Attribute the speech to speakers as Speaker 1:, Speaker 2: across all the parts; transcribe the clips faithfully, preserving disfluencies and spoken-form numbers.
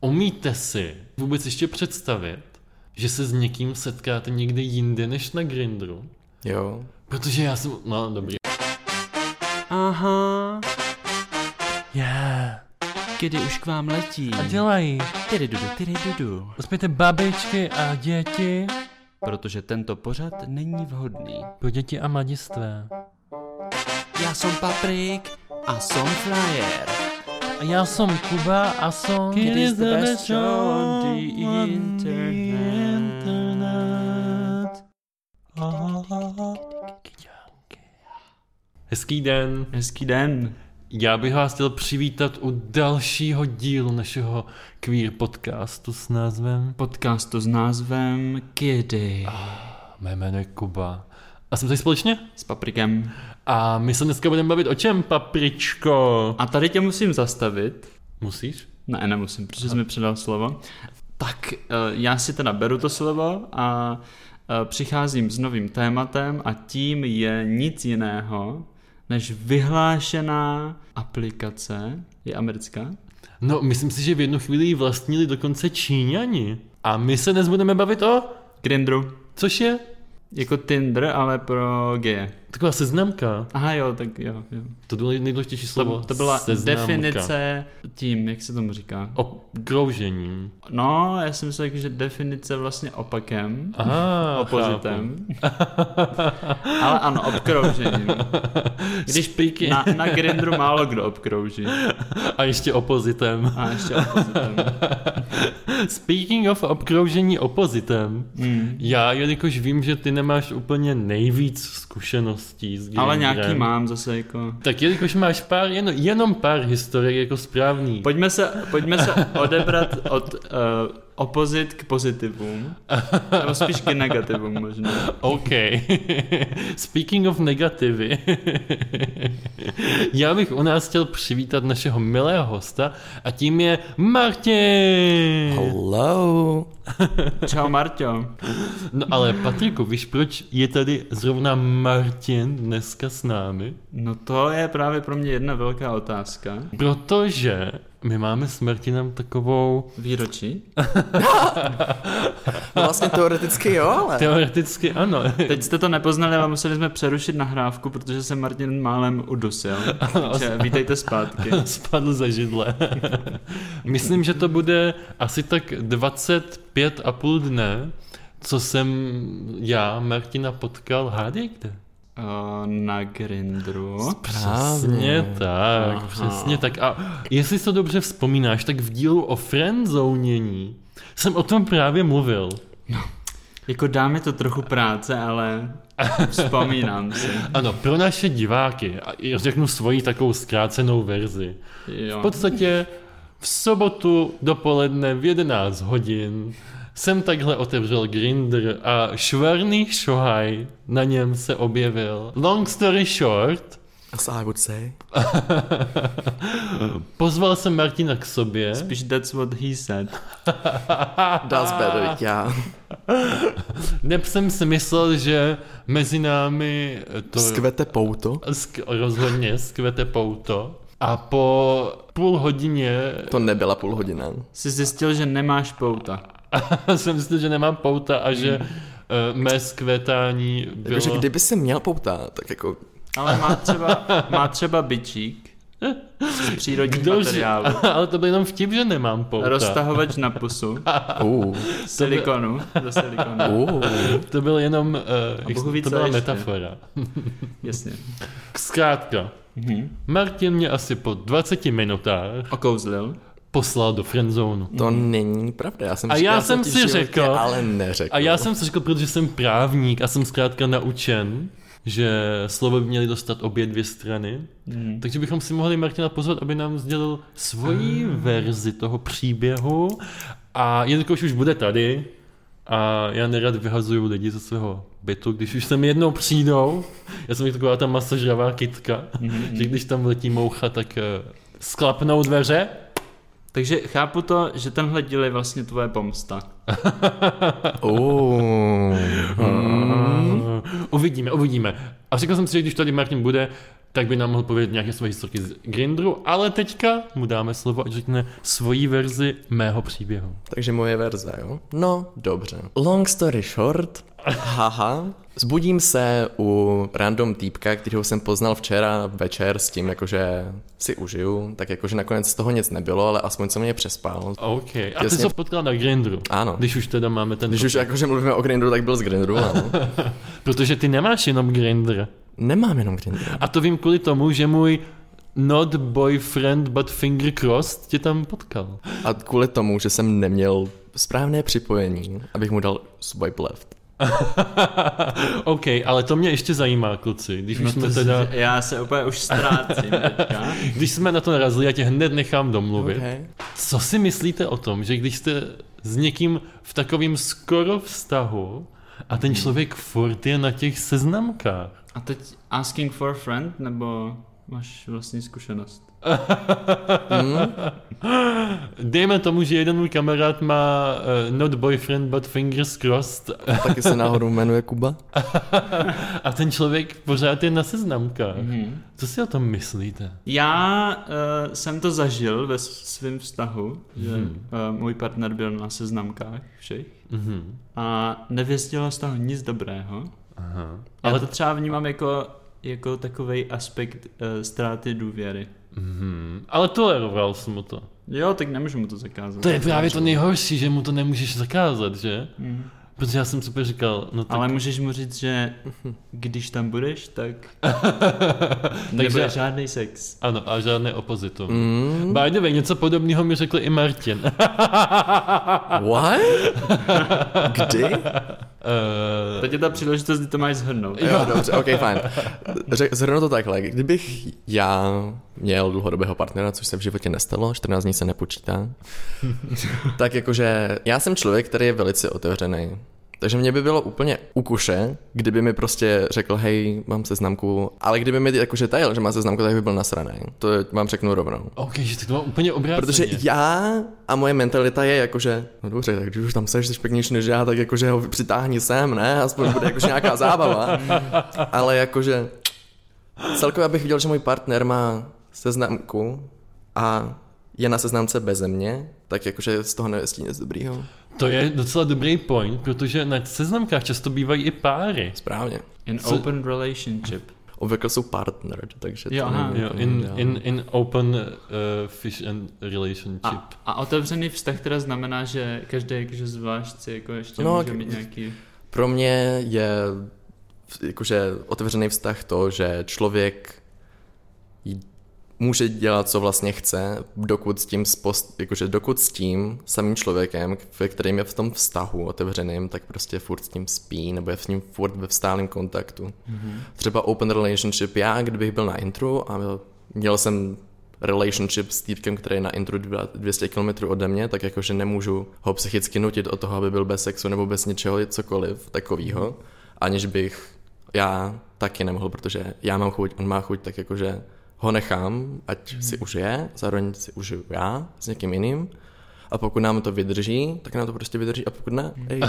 Speaker 1: Umíte si vůbec ještě představit, že se s někým setkáte někde jinde než na Grindru?
Speaker 2: Jo.
Speaker 1: Protože já jsem... No, dobrý.
Speaker 3: Aha.
Speaker 1: Yeah.
Speaker 3: Kdy už k vám letí.
Speaker 1: A dělají.
Speaker 3: Tyry dudu, tyry dudu.
Speaker 1: Uspějte babičky a děti.
Speaker 3: Protože tento pořad není vhodný.
Speaker 1: Pro děti a mladistvé.
Speaker 3: Já jsem Paprik a jsem Flyer.
Speaker 1: A já jsem Kuba a jsem...
Speaker 3: It is the best show on the internet.
Speaker 1: Hezký den.
Speaker 3: Hezký den.
Speaker 1: Já bych vás chtěl přivítat u dalšího dílu našeho queer podcastu s názvem...
Speaker 3: Podcastu s názvem Kiddy.
Speaker 1: Mé jméno je Kuba. A jsme tady společně?
Speaker 3: S Paprikem.
Speaker 1: A my se dneska budeme bavit o čem, papričko?
Speaker 3: A tady tě musím zastavit.
Speaker 1: Musíš?
Speaker 3: Ne, nemusím, protože jsi mi předal slovo. Tak já si teda beru to slovo a přicházím s novým tématem a tím je nic jiného, než vyhlášená aplikace. Je americká?
Speaker 1: No, myslím si, že v jednu chvíli ji vlastnili dokonce Číňani. A my se dnes budeme bavit o...
Speaker 3: Grindru.
Speaker 1: Což je?
Speaker 3: Jako Tinder, ale pro geje.
Speaker 1: Taková seznamka.
Speaker 3: Aha, jo, tak jo. jo.
Speaker 1: To bylo nejdůležitější slovo.
Speaker 3: To, to byla
Speaker 1: seznamka.
Speaker 3: Definice tím, jak se tomu říká.
Speaker 1: Obkroužením.
Speaker 3: No, já si myslel, že definice vlastně opakem.
Speaker 1: Aha,
Speaker 3: opozitem. Ale ano, obkroužením. Když
Speaker 1: Speaking...
Speaker 3: na, na Grindru málo kdo obkrouží.
Speaker 1: A ještě opozitem.
Speaker 3: A ještě opozitem.
Speaker 1: Speaking of obkroužení opozitem, hmm. já, jelikož vím, že ty nemáš úplně nejvíc zkušeností s Grindrem.
Speaker 3: Ale nějaký mám zase jako...
Speaker 1: Tak jelikož máš pár, jen, jenom pár historiek jako správný.
Speaker 3: Pojďme se, pojďme se odebrat od uh, opozit k pozitivům. Nebo spíš k negativům možná.
Speaker 1: OK. Speaking of negativy. Já bych u nás chtěl přivítat našeho milého hosta a tím je Martin.
Speaker 2: Hello.
Speaker 3: Čau Marťo.
Speaker 1: No ale Patriku, víš proč je tady zrovna Martin dneska s námi?
Speaker 3: No to je právě pro mě jedna velká otázka.
Speaker 1: Protože my máme s Martinem takovou...
Speaker 3: Výročí?
Speaker 2: No vlastně teoreticky jo, ale...
Speaker 1: Teoreticky ano.
Speaker 3: Teď jste to nepoznali, ale museli jsme přerušit nahrávku, protože se Martin málem udusil. Takže vítejte zpátky.
Speaker 1: Spadl za židle. Myslím, že to bude asi tak dvacet pět a půl dne, co jsem já Martina potkal, hádej kde?
Speaker 3: Na Grindru.
Speaker 1: Přesně tak, Aha. přesně tak. A jestli to dobře vzpomínáš, tak v dílu o friendzónění jsem o tom právě mluvil.
Speaker 3: No, jako dá mi to trochu práce, ale vzpomínám si.
Speaker 1: Ano, pro naše diváky, a řeknu svoji takovou zkrácenou verzi.
Speaker 3: Jo.
Speaker 1: V podstatě v sobotu dopoledne v jedenáct hodin jsem takhle otevřel Grindr a švarný šohaj na něm se objevil. Long story short.
Speaker 2: As I would say.
Speaker 1: Pozval jsem Martina k sobě.
Speaker 3: Spíš that's what he said.
Speaker 2: Does better, yeah.
Speaker 1: Neb jsem si myslel, že mezi námi to...
Speaker 2: Skvete pouto.
Speaker 1: Sk- rozhodně skvete pouto. A po půl hodině...
Speaker 2: To nebyla půl hodina.
Speaker 3: Jsi zjistil, že nemáš pouta.
Speaker 1: A jsem zjistil, že nemám pouta a že uh, mé skvétání bylo...
Speaker 2: Takže kdyby se měl pouta, tak jako...
Speaker 1: Ale
Speaker 3: má třeba, má třeba bičík z přírodních
Speaker 1: Kdož,
Speaker 3: materiálů.
Speaker 1: Ale to byl jenom vtip, že nemám pouta.
Speaker 3: Roztahovač na pusu.
Speaker 2: Uh.
Speaker 3: Silikonu. Do silikonu.
Speaker 1: Uh. To byl jenom... Uh, to byla
Speaker 3: ještě.
Speaker 1: metafora.
Speaker 3: Jasně.
Speaker 1: Zkrátka.
Speaker 3: Mm-hmm.
Speaker 1: Martin mě asi po dvaceti minutách
Speaker 3: okouzlil.
Speaker 1: Poslal do friendzónu.
Speaker 2: To není pravda, já jsem
Speaker 1: a
Speaker 2: říkal,
Speaker 1: já jsem si řekl,
Speaker 2: ale neřekl.
Speaker 1: A já jsem si řekl, protože jsem právník a jsem zkrátka naučen, že slovo by měly dostat obě dvě strany, mm. takže bychom si mohli Martina pozvat, aby nám sdělil svoji mm. verzi toho příběhu a jelikož už bude tady a já nerad vyhazuju lidi ze svého bytu, když už sem jednou přijdou, já jsem taková ta masožravá kytka, mm. že když tam letí moucha, tak uh, sklapnou dveře.
Speaker 3: Takže chápu to, že tenhle díl je vlastně tvoje pomsta.
Speaker 2: oh.
Speaker 1: mm. Uvidíme, uvidíme. A řekl jsem si, že když tady Martin bude, tak by nám mohl povědět nějaké své historky z Grindru, ale teďka mu dáme slovo, ať řekne svoji verzi mého příběhu.
Speaker 2: Takže moje verze, jo? No, dobře. Long story short, haha, zbudím se u random týpka, kterého jsem poznal včera večer s tím, jakože si užiju, tak jakože nakonec z toho nic nebylo, ale aspoň jsem mě přespal.
Speaker 1: OK. A ty
Speaker 2: Jasně.
Speaker 1: jsi potkal na Grindru.
Speaker 2: Ano.
Speaker 1: Když už teda máme ten...
Speaker 2: Když už jakože mluvíme o Grindru, tak byl z Grindru, ano.
Speaker 1: Protože ty nemáš jenom Grindr.
Speaker 2: Nemám jenom Grindr.
Speaker 1: A to vím kvůli tomu, že můj not boyfriend but finger crossed tě tam potkal.
Speaker 2: A kvůli tomu, že jsem neměl správné připojení, abych mu dal swipe left.
Speaker 1: OK, ale to mě ještě zajímá, kluci. Když
Speaker 3: No
Speaker 1: už jsme
Speaker 3: to
Speaker 1: teda...
Speaker 3: si, já se úplně už ztrácím teďka.
Speaker 1: Když jsme na to narazili, já tě hned nechám domluvit.
Speaker 2: Okay.
Speaker 1: Co si myslíte o tom, že když jste s někým v takovém skoro vztahu a ten člověk furt je na těch seznamkách?
Speaker 3: A teď asking for a friend, nebo máš vlastní zkušenost?
Speaker 2: Mm.
Speaker 1: Dejme tomu, že jeden můj kamarád má uh, not boyfriend but fingers crossed.
Speaker 2: A taky se náhodou jmenuje Kuba.
Speaker 1: A ten člověk pořád je na seznamkách.
Speaker 3: Mm-hmm.
Speaker 1: Co si o tom myslíte?
Speaker 3: Já uh, jsem to zažil ve svém vztahu, že
Speaker 1: Hmm.
Speaker 3: uh, můj partner byl na seznamkách všech
Speaker 1: Mm-hmm.
Speaker 3: a nevěstilo z toho nic dobrého.
Speaker 1: Aha.
Speaker 3: Já
Speaker 1: Ale
Speaker 3: to třeba vnímám jako, jako takovej aspekt uh, ztráty důvěry.
Speaker 1: Mm-hmm. Ale toleroval jsem mu to.
Speaker 3: Jo, tak nemůžu mu to zakázat.
Speaker 1: To je právě to nejhorší, že mu to nemůžeš zakázat, že?
Speaker 3: Mm.
Speaker 1: Protože já jsem super říkal, no tak...
Speaker 3: Ale můžeš mu říct, že když tam budeš, tak
Speaker 1: Takže-
Speaker 3: nebude žádný sex.
Speaker 1: Ano, a žádné opozitum.
Speaker 2: Mm.
Speaker 1: By the way, něco podobného mi řekl i Martin.
Speaker 2: What? Kdy?
Speaker 1: uh,
Speaker 3: Teď je ta příležitost, kdy to máš shrnout.
Speaker 2: Jo, dobře, ok, fajn. Řek, zhrnu to takhle, kdybych já měl dlouhodobého partnera, což se v životě nestalo, čtrnáct dní se nepočítá, tak jakože já jsem člověk, který je velice otevřený. Takže mě by bylo úplně u kuše, kdyby mi prostě řekl, hej, mám seznamku, ale kdyby mi jakože tajil, že má seznamku, tak by byl nasraný. To vám řeknu rovnou.
Speaker 1: OK, že tak to mám úplně obráceně.
Speaker 2: Protože já a moje mentalita je jakože, no dobře, tak když už tam seš, jsi pěknější než já, tak jakože ho přitáhni sem, ne? Aspoň bude jakože nějaká zábava. Ale jakože celkově bych viděl, že můj partner má seznamku a je na seznamce beze mě, tak jakože z toho nevěstí nic dobrýho.
Speaker 1: To je docela dobrý point, protože na seznamkách často bývají i páry.
Speaker 2: Správně.
Speaker 3: In
Speaker 1: Co-
Speaker 3: open relationship.
Speaker 2: Obvykle jsou partner, takže to
Speaker 3: Jo, aha.
Speaker 2: není
Speaker 1: Jo,
Speaker 2: úplně
Speaker 1: in,
Speaker 2: ideální.
Speaker 1: in, in open uh, fish and relationship.
Speaker 3: A, a otevřený vztah teda znamená, že každý jakože zvlášť si jako ještě
Speaker 2: No,
Speaker 3: může
Speaker 2: k-
Speaker 3: mít nějaký...
Speaker 2: Pro mě je jakože otevřený vztah to, že člověk j- může dělat, co vlastně chce, dokud s tím, spost, jakože dokud s tím samým člověkem, ve kterým je v tom vztahu otevřeným, tak prostě furt s tím spí, nebo je s ním furt ve stálém kontaktu.
Speaker 3: Mm-hmm.
Speaker 2: Třeba open relationship, já kdybych byl na intru a měl jsem relationship s týpkem, který je na intru dvě stě kilometrů ode mě, tak jakože nemůžu ho psychicky nutit od toho, aby byl bez sexu nebo bez ničeho, cokoliv takového, aniž bych já taky nemohl, protože já mám chuť, on má chuť, tak jakože ho nechám, ať si užije, zároveň si užiju já s někým jiným. A pokud nám to vydrží, tak nám to prostě vydrží, a pokud ne, ej.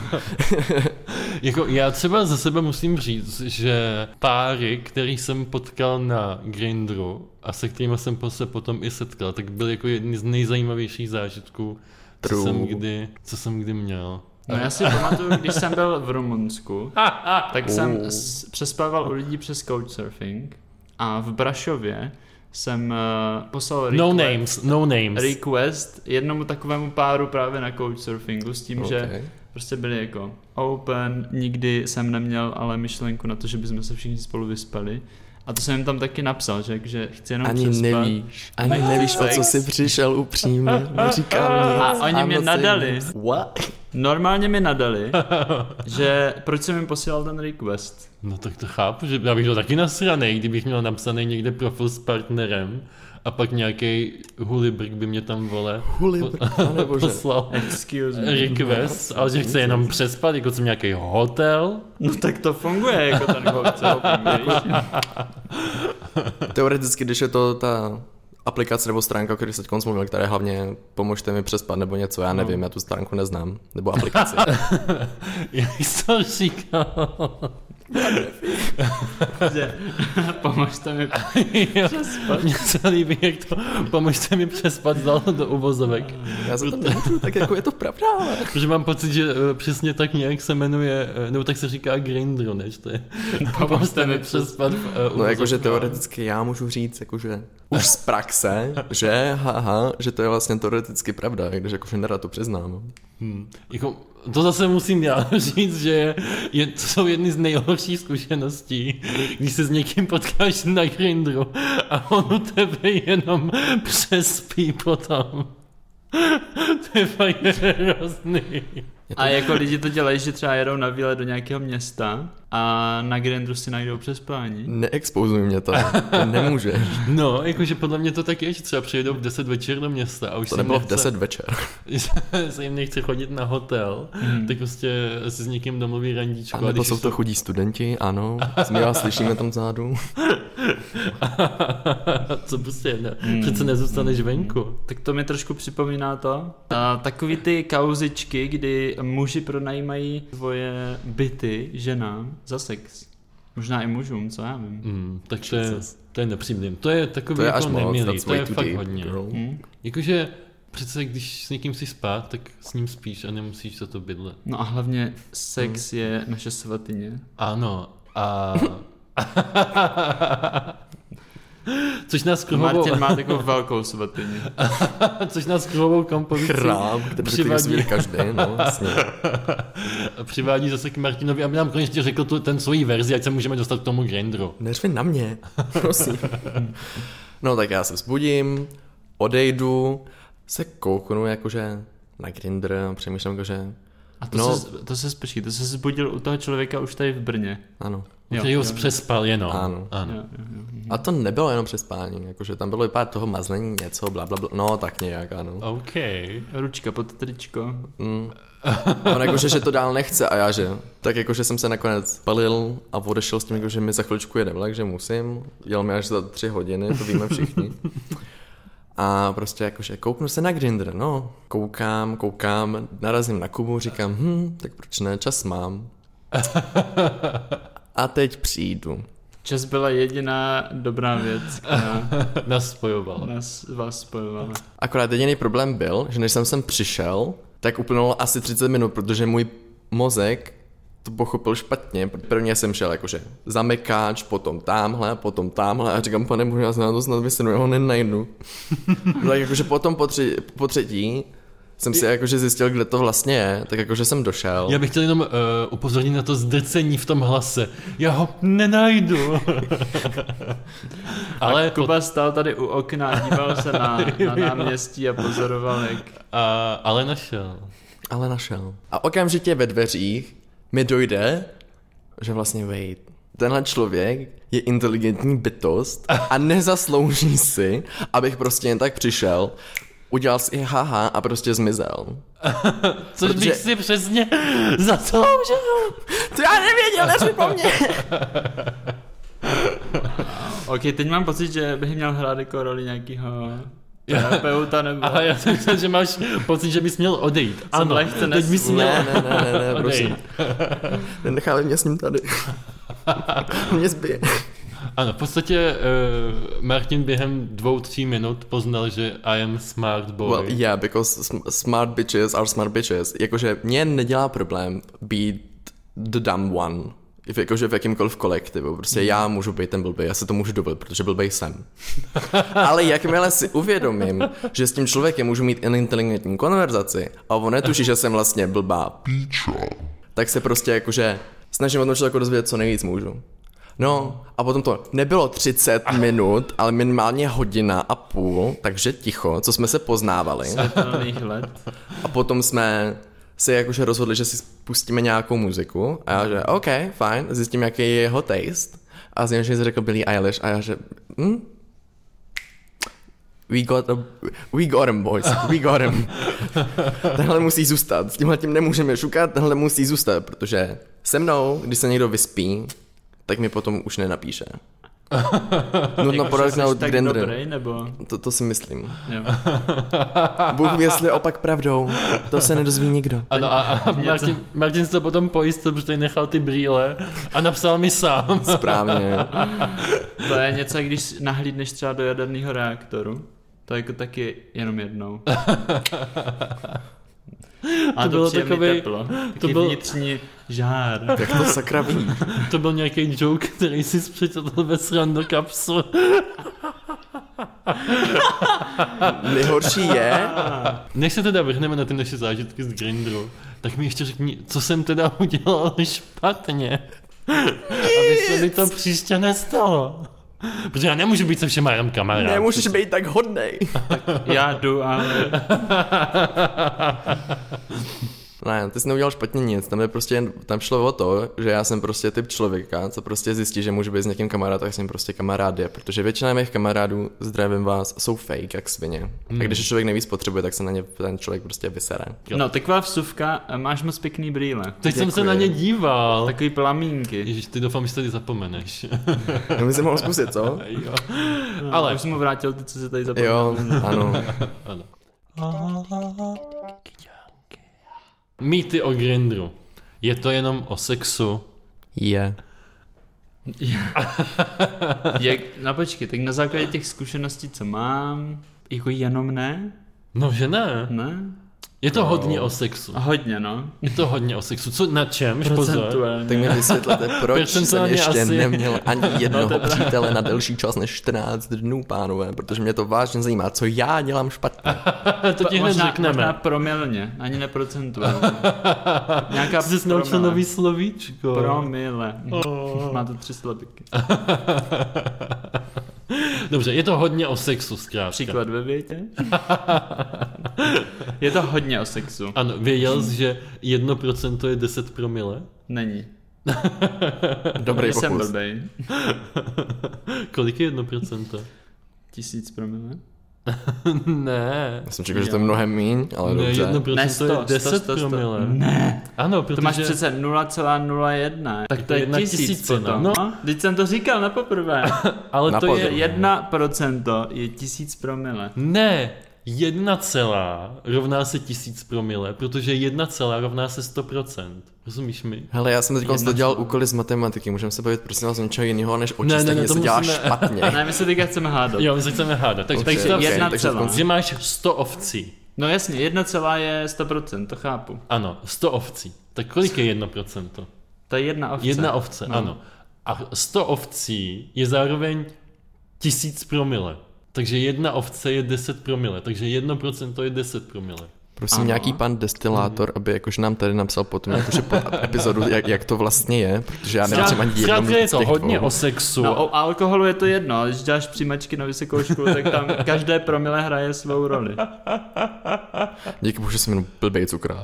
Speaker 1: Jako já třeba za sebe musím říct, že páry, který jsem potkal na Grindru a se kterými jsem se potom i setkal, tak byl jako jedný z nejzajímavějších zážitků, co
Speaker 2: True.
Speaker 1: jsem, kdy, co jsem kdy měl.
Speaker 3: No já si pamatuju, když jsem byl v Rumunsku, tak jsem
Speaker 2: Uh.
Speaker 3: s- přespával u lidí přes couchsurfing a v Brašově jsem uh, poslal
Speaker 1: No
Speaker 3: request,
Speaker 1: names, no names.
Speaker 3: request jednomu takovému páru právě na couchsurfingu s tím, že
Speaker 2: Okay.
Speaker 3: prostě byli jako open, nikdy jsem neměl ale myšlenku na to, že bychom se všichni spolu vyspali. A to jsem jim tam taky napsal, že, že chci jenom
Speaker 2: Ani
Speaker 3: přespat.
Speaker 2: nevíš, ani
Speaker 3: Mají
Speaker 2: nevíš, o co
Speaker 3: sex.
Speaker 2: jsi přišel upřímně, neříkám nic.
Speaker 3: A oni
Speaker 2: I'm
Speaker 3: mě
Speaker 2: not saying
Speaker 3: nadali.
Speaker 2: names. What?
Speaker 3: Normálně mi nadali, že proč jsem jim posílal ten request.
Speaker 1: No tak to chápu, že já bych byl taky nasranej, kdybych měl napsaný někde profil s partnerem a pak nějaký hulibrk by mě tam, vole,
Speaker 2: Hulibr, panebože.
Speaker 1: poslal
Speaker 3: Excuse me.
Speaker 1: request, ale že chce jenom přespat, jako jsem nějaký hotel.
Speaker 3: No tak to funguje jako ten couchsurfing, víš?
Speaker 2: Teoreticky, když je to ta aplikace nebo stránka, o které se teď mluvil, která je hlavně pomožte mi přespat nebo něco, já nevím, já tu stránku neznám, nebo aplikaci.
Speaker 1: Jak jsi to říkal?
Speaker 3: že pomožte mi přespat.
Speaker 1: Mně se líbí, jak to pomožte mi přespat dal do uvozovek.
Speaker 2: Já se to nemůžu, tak jako je to pravda.
Speaker 1: Protože mám pocit, že přesně tak nějak se jmenuje, nebo tak se říká Grindr, než to je. Pomožte mi přespat v uvozovkách.
Speaker 2: No jakože teoreticky já můžu říct, jakože už z praxe, že haha, že to je vlastně teoreticky pravda, když jakože nerad to přiznám.
Speaker 1: Hmm. Jako, to zase musím já říct, že je, je, to jsou jedny z nejhorších zkušeností, když se s někým potkáš na Grindru a on u tebe jenom přespí potom. To je fakt hrozný.
Speaker 3: A jako lidi to dělají, že třeba jedou na výlet do nějakého města a na Grindru si najdou přespání.
Speaker 2: Neexpozuj mě to, to nemůže.
Speaker 1: No, jakože podle mě to tak je, že třeba přijedou v deset večer do města a už
Speaker 2: to nebylo v deset večer.
Speaker 1: se jim nechce chodit na hotel, hmm. tak prostě si s někým domluví randíčko.
Speaker 2: A nebo jsou to chudí studenti, ano, my vás slyšíme tam vzadu.
Speaker 1: Co prostě, ne, hmm. přece nezůstaneš venku.
Speaker 3: Tak to mi trošku připomíná to. A takový ty kauzičky, kdy muži pronajímají svoje byty ženám za sex. Možná i mužům, co já vím.
Speaker 1: Mm, tak to je, to je nepříjemný. To je takový
Speaker 2: to je
Speaker 1: jako
Speaker 2: moc,
Speaker 1: nemilý, to je fakt
Speaker 2: deep,
Speaker 1: hodně. Hmm? Jakože přece když s někým si spát, tak s ním spíš a nemusíš za to bydlet.
Speaker 3: No a hlavně sex hmm. je naše svatyně.
Speaker 1: Ano. A... Což nás kruhovou...
Speaker 3: Martin má takovou velkou svatyni.
Speaker 1: Což nás kruhovou kompozici...
Speaker 2: Chrám, který přivádí každý, no vlastně.
Speaker 1: Přivádí zase k Martinovi, aby nám konečně řekl tu, ten svojí verzi, ať se můžeme dostat k tomu Grindru.
Speaker 2: Neřvi na mě, prosím. No tak já se vzbudím, odejdu, se kouknu jakože na Grindr a přemýšlím jakože...
Speaker 3: A to,
Speaker 2: no,
Speaker 3: se, to se počkej, to se zbudil u toho člověka už tady v Brně.
Speaker 2: Ano.
Speaker 1: Který ho přespal jenom.
Speaker 2: Ano.
Speaker 1: ano.
Speaker 3: Jo, jo, jo, jo.
Speaker 2: A to nebylo jenom přespání, jakože tam bylo i pár toho mazlení, něco, bla, bla, bla. No tak nějak, ano.
Speaker 1: OK.
Speaker 3: Ručka pod tričko.
Speaker 2: Mm. On jakože, že to dál nechce a já že. Tak jakože jsem se nakonec palil a odešel s tím, jakože mi za chviličku jede vlak, že musím. Jel mi až za tři hodiny, to víme všichni. A prostě jakože kouknu se na Grindr, no. Koukám, koukám, narazím na Kubu, říkám, hm, tak proč ne, čas mám. A teď přijdu.
Speaker 3: Čas byla jediná dobrá věc, která
Speaker 1: nás spojovala.
Speaker 3: Nás vás spojovala.
Speaker 2: Akorát jediný problém byl, že než jsem sem přišel, tak uplynulo asi třicet minut, protože můj mozek to pochopil špatně. Prvně jsem šel jakože zamekáč, potom támhle, potom támhle a říkám, pane bože, já se na to snad vysunu, já ho nenajdu. Tak jakože potom po, tři, po třetí jsem si jakože zjistil, kde to vlastně je, tak jakože jsem došel.
Speaker 1: Já bych chtěl jenom uh, upozornit na to zdrcení v tom hlase. Já ho nenajdu.
Speaker 3: Ale Kuba pot... stál tady u okna a díval se na, na náměstí a pozoroval, jak...
Speaker 1: A, ale našel.
Speaker 2: Ale našel. A okamžitě ve dveřích mi dojde, že vlastně wait, tenhle člověk je inteligentní bytost a nezaslouží si, abych prostě jen tak přišel, udělal si haha a prostě zmizel.
Speaker 1: Což Protože... bych si přesně zasloužil.
Speaker 2: To já nevěděl, neři po mně.
Speaker 3: Ok, teď mám pocit, že bych měl hrát jako roli nějakého terapeuta nebo...
Speaker 1: Aha, já jsem myslel, že máš pocit, že bys měl odejít.
Speaker 3: Jsem
Speaker 1: ano,
Speaker 3: lehce
Speaker 1: teď bys měl...
Speaker 2: Ne, ne, ne, ne, ne prosím. Nenechávej mě s ním tady. Mě zbije.
Speaker 1: Ano, v podstatě uh, Martin během dvou, tří minut poznal, že I am smart boy.
Speaker 2: Well, yeah, because smart bitches are smart bitches. Jakože mě nedělá problém být the dumb one. Jakože v jakýmkoliv kolektivu. Prostě já můžu být ten blbej, já se to můžu dovolit, protože blbej jsem. Ale jakmile si uvědomím, že s tím člověkem můžu mít inteligentní konverzaci a on netuší, že jsem vlastně blbá píča, tak se prostě jakože snažím o tom člověku dozvědět, co nejvíc můžu. No a potom to nebylo třicet minut, ale minimálně hodina a půl, takže ticho, co jsme se poznávali.
Speaker 3: let.
Speaker 2: A potom jsme si jakože rozhodli, že si pustíme nějakou muziku a já že OK, fajn, zjistím, jaký je jeho taste. A z něj si řekl Billie Eilish a já že hm? We got, a, we got him, boys, we got him. Tenhle musí zůstat, s tímhle tím nemůžeme šukat, tenhle musí zůstat, protože se mnou, když se někdo vyspí, tak mi potom už nenapíše. Nutno
Speaker 3: Jako,
Speaker 2: podotknout
Speaker 3: tak
Speaker 2: Grindr.
Speaker 3: dobrý, nebo...
Speaker 2: To, to si myslím.
Speaker 3: Jo.
Speaker 2: Bůh ví, jestli opak pravdou. To se nedozví nikdo.
Speaker 1: Ano, a, a Martin, Martin se to potom pojistil, protože tady nechal ty brýle a napsal mi sám.
Speaker 2: Správně.
Speaker 3: To je něco, když nahlídneš třeba do jaderného reaktoru. To jako taky jenom jednou. A to, to bylo takové teplo. Taky
Speaker 1: byl...
Speaker 3: vnitřní žár.
Speaker 2: Jak to sakra ví?
Speaker 1: To byl nějaký joke, který jsi přečetl ve srandu kapsu.
Speaker 2: Nejhorší je...
Speaker 1: Než se teda vrhneme na ty naše zážitky z Grindru, tak mi ještě řekni, co jsem teda udělal špatně. Aby se mi to příště nestalo. Protože já nemůžu být se všema jenom kamarád.
Speaker 2: Nemůžeš být tak hodnej.
Speaker 3: Já jdu, ale...
Speaker 2: Ne, ty jsi neudělal špatně nic, tam je prostě jen, tam šlo o to, že já jsem prostě typ člověka, co prostě zjistí, že může být s někým kamarád, tak jsem prostě kamarád je, protože většina mých kamarádů, zdravím vás, jsou fake jak svině. Hmm. A když je člověk nejvíc potřebuje, tak se na ně ten člověk prostě vysere.
Speaker 3: No, taková vsuvka, máš moc pěkný brýle.
Speaker 1: Teď
Speaker 2: Děkuji.
Speaker 1: jsem se na ně díval.
Speaker 3: Takový plamínky.
Speaker 1: Ježiš, ty doufám, že tady zapomeneš.
Speaker 2: No my se mohl zkusit, co?
Speaker 1: Jo.
Speaker 3: No,
Speaker 1: Ale...
Speaker 3: už jsem mu vrátil ty, co se tady zapomněl.
Speaker 2: Jo, ano.
Speaker 1: ano. Mýty o Grindru. Je to jenom o sexu?
Speaker 2: Je.
Speaker 3: Jak, no počkej, tak na základě těch zkušeností, co mám, jako jenom ne?
Speaker 1: No, že ne.
Speaker 3: Ne?
Speaker 1: Je to
Speaker 2: No.
Speaker 1: hodně o sexu.
Speaker 3: Hodně, no.
Speaker 1: Je to hodně o sexu. Co, na čemž? Pozor.
Speaker 3: Procentuálně.
Speaker 2: Tak mi vysvětlete, proč jsem
Speaker 1: Percentuálně
Speaker 2: ještě
Speaker 1: asi.
Speaker 2: neměl ani jednoho
Speaker 3: No, to je
Speaker 2: přítele na delší čas než čtrnáct dnů, pánové, protože mě to vážně zajímá, co já dělám špatně.
Speaker 1: To ti hned
Speaker 3: možná,
Speaker 1: řekneme.
Speaker 3: možná promilně, ani neprocentuálně. Nějaká
Speaker 1: Jsi jsi naučil nový slovíčko.
Speaker 3: Promile.
Speaker 1: Oh.
Speaker 3: Má to tři slabiky.
Speaker 1: Dobře, je to hodně o sexu zkrátka.
Speaker 3: Příklad ve větě. Je to hodně o sexu.
Speaker 1: Ano, věděl jsi, že jedno procento je deset promile?
Speaker 3: Není.
Speaker 2: Dobrý
Speaker 3: Jsem
Speaker 2: pokus.
Speaker 3: blbej.
Speaker 1: Kolik je jedno procento?
Speaker 3: Tisíc promile.
Speaker 1: Ne.
Speaker 2: Já jsem čekal, že to je mnohem míň, ale
Speaker 1: Ne,
Speaker 2: dobře.
Speaker 1: jedno procento
Speaker 3: Ne, sto,
Speaker 1: je deset
Speaker 3: sto, sto, sto.
Speaker 1: promile.
Speaker 3: Ne.
Speaker 1: Ano, protože...
Speaker 3: To máš přece nula celá nula jedna. Tak to je
Speaker 1: jedna
Speaker 3: tisíc
Speaker 1: tisícina.
Speaker 3: potom.
Speaker 1: No.
Speaker 3: No, teď jsem to říkal na poprvé.
Speaker 1: Ale
Speaker 2: Na
Speaker 1: to
Speaker 2: pozor.
Speaker 1: je...
Speaker 3: Jedna procento je tisíc promile.
Speaker 1: Ne, jedna celá rovná se tisíc promile, protože jedna celá rovná se sto procent. Rozumíš mi?
Speaker 2: Hele, já jsem teď
Speaker 3: Jedna
Speaker 2: to dělal
Speaker 3: celá.
Speaker 2: úkoly z matematiky, můžeme se bavit prosím vás o něčeho jiného než o
Speaker 1: Ne, ne,
Speaker 2: číslech,
Speaker 1: ne,
Speaker 2: něco
Speaker 1: to
Speaker 2: děláš
Speaker 1: musíme-
Speaker 2: špatně.
Speaker 3: Ne, my se teďka chceme hádat.
Speaker 1: Jo, my se chceme hádat. Tak,
Speaker 2: Ok,
Speaker 1: takže
Speaker 2: ok,
Speaker 3: jedna
Speaker 2: takže
Speaker 3: celá.
Speaker 2: konc-
Speaker 1: že máš sto ovcí.
Speaker 3: No jasně, jedna celá je sto procent, to chápu.
Speaker 1: Ano, sto ovcí. Tak kolik je jedno procento?
Speaker 3: To je jedna ovce.
Speaker 1: Jedna ovce,
Speaker 3: No.
Speaker 1: ano. A sto ovcí je zároveň tisíc promile. Takže jedna ovce je deset promile. Takže jedno procento je deset promile.
Speaker 2: Prosím,
Speaker 3: Ano.
Speaker 2: nějaký pan destilátor, aby jakož nám tady napsal potom jakože pod epizodu, jak, jak to vlastně je, protože já nevím ani jednou
Speaker 1: Zkrátka je
Speaker 2: z
Speaker 1: to
Speaker 2: těch
Speaker 1: hodně
Speaker 2: dvou.
Speaker 1: o sexu.
Speaker 3: No, o alkoholu je to jedno, ale když děláš přijímačky na vysokou školu, tak tam každé promile hraje svou roli.
Speaker 2: Díky bohu, že jsem jenom blbej cukr.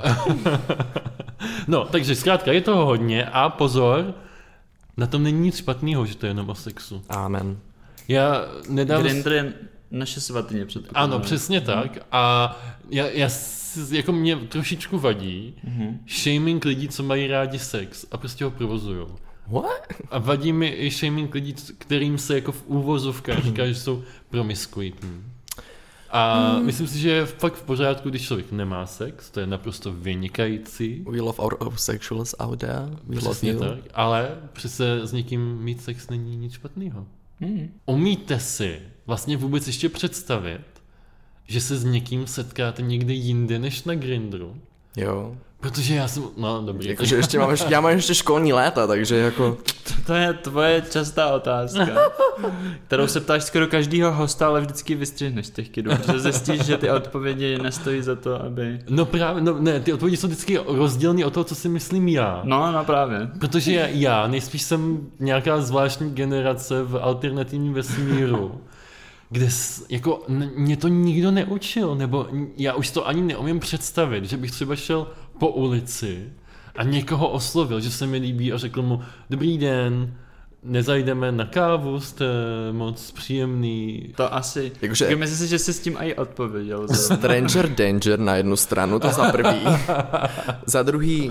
Speaker 1: No, takže zkrátka je toho hodně a pozor, na tom není nic špatného, že to je jenom o sexu.
Speaker 2: Amen.
Speaker 1: Já nedávno...
Speaker 3: Grindr je naše svatyně před.
Speaker 1: Ano, přesně tak. A já, já si- jako mě trošičku vadí
Speaker 3: Mhm.
Speaker 1: shaming lidí, co mají rádi sex a prostě ho provozujou.
Speaker 2: What?
Speaker 1: A vadí mi i shaming lidí, c- kterým se jako v úvozovkách říká, že jsou promiskuitní. A
Speaker 3: Hmm.
Speaker 1: myslím si, že je fakt v pořádku, když člověk nemá sex, to je naprosto vynikající.
Speaker 2: We love our homosexuals out there. We love
Speaker 1: Přesně
Speaker 2: you.
Speaker 1: tak, ale přece s někým mít sex není nic špatného.
Speaker 3: Hmm.
Speaker 1: Umíte si vlastně vůbec ještě představit, že se s někým setkáte někde jinde než na Grindru?
Speaker 2: Jo.
Speaker 1: Protože já jsem, no dobrý.
Speaker 2: Jakože ještě mám, já mám ještě školní léta, takže jako...
Speaker 3: To je tvoje častá otázka, kterou se ptáš skoro každýho hosta, ale vždycky vystřihneš z těch kidů, protože zjistíš, že ty odpovědi nestojí za to, aby...
Speaker 1: No právě, no ne, ty odpovědi jsou vždycky rozdílný od toho, co si myslím já.
Speaker 3: No, no právě.
Speaker 1: Protože já, já nejspíš jsem nějaká zvláštní generace v alternativním vesmíru, kde s, jako n- mě to nikdo neučil, nebo n- já už to ani neumím představit, že bych třeba šel po ulici a někoho oslovil, že se mi líbí a řekl mu, dobrý den, nezajdeme na kávu, jste moc příjemný.
Speaker 3: To asi...
Speaker 2: Jakože-
Speaker 3: Jako myslím si, že jsi s tím i odpověděl. Za...
Speaker 2: Stranger danger na jednu stranu, to za prvý. Za druhý,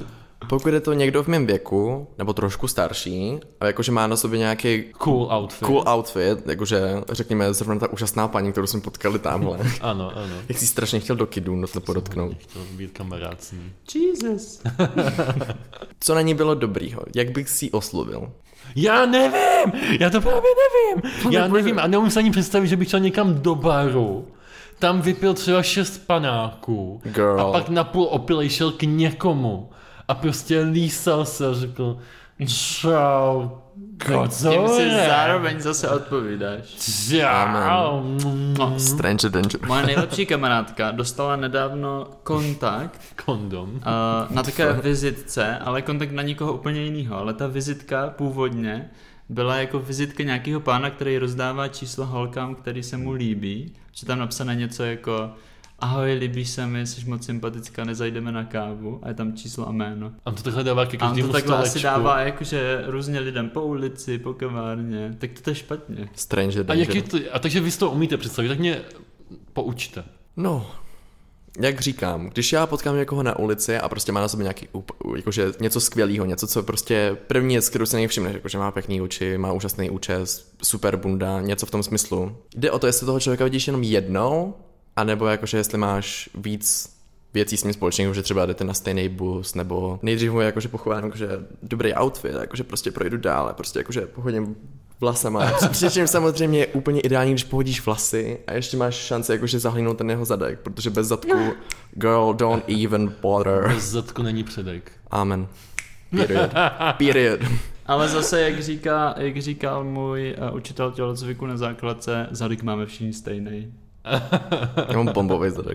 Speaker 2: Pokud je to někdo v mém věku, nebo trošku starší, a jakože má na sobě nějaký
Speaker 1: cool outfit,
Speaker 2: cool outfit, jakože řekněme zrovna ta úžasná paní, kterou jsme potkali tamhle.
Speaker 1: Ano, ano.
Speaker 2: Jak jsi strašně chtěl do kidů, no to podotknout.
Speaker 1: Chtěl být kamarád s ní.
Speaker 3: Jesus.
Speaker 2: Co na ní bylo dobrýho? Jak bych si ji oslovil?
Speaker 1: Já nevím! Já to právě nevím! Já nevím a neumím se ani představit, že bych šel někam do baru, tam vypil třeba šest panáků
Speaker 2: Girl.
Speaker 1: a pak napůl opilej šel k někomu a prostě lísal se a řekl čau,
Speaker 3: Tím si zároveň zase odpovídáš.
Speaker 1: Čau.
Speaker 2: Strange Danger.
Speaker 3: Moje nejlepší kamarádka dostala nedávno kontakt
Speaker 1: Kondom.
Speaker 3: uh, na takové vizitce, ale kontakt na někoho úplně jiného. Ale ta vizitka původně byla jako vizitka nějakého pána, který rozdává číslo holkám, který se mu líbí. Že tam napsané něco jako ahoj, líbíš se mi, jsi moc sympatická, nezajdeme na kávu a je tam číslo a jméno.
Speaker 1: A on to takhle dává ke
Speaker 3: A on
Speaker 1: každému
Speaker 3: to takhle
Speaker 1: stolečku.
Speaker 3: asi dává jakože různě lidem po ulici, po kavárně, tak to je špatně.
Speaker 2: Strange
Speaker 1: A,
Speaker 2: Danger.
Speaker 1: jak to, a takže vy si to umíte představit, tak mě poučte.
Speaker 2: No, jak říkám, když já potkám někoho na ulici a prostě má na sobě nějaký, jakože něco skvělého, něco, co prostě první je, z kterou se nejvšimneš, jakože má pěkný oči, má úžasný účes, super bunda, něco v tom smyslu. Jde o to, jestli toho člověka vidíš jenom jednou, anebo jakože jestli máš víc věcí s ním společných, že třeba jdete na stejný bus, nebo nejdřív mu je jakože pochovám, jakože dobrý outfit, jakože prostě projdu dále, prostě jakože pohodím vlasama. Přičem samozřejmě je úplně ideální, když pohodíš vlasy a ještě máš šanci jakože zahlínout ten jeho zadek, protože bez zadku, girl, don't even bother.
Speaker 1: Bez zadku není předek.
Speaker 2: Amen. Period. Period.
Speaker 3: Ale zase, jak, říká, jak říkal můj uh, učitel tělocviku na základce, zadek máme všichni stejný.
Speaker 2: Já mám bombový zadek.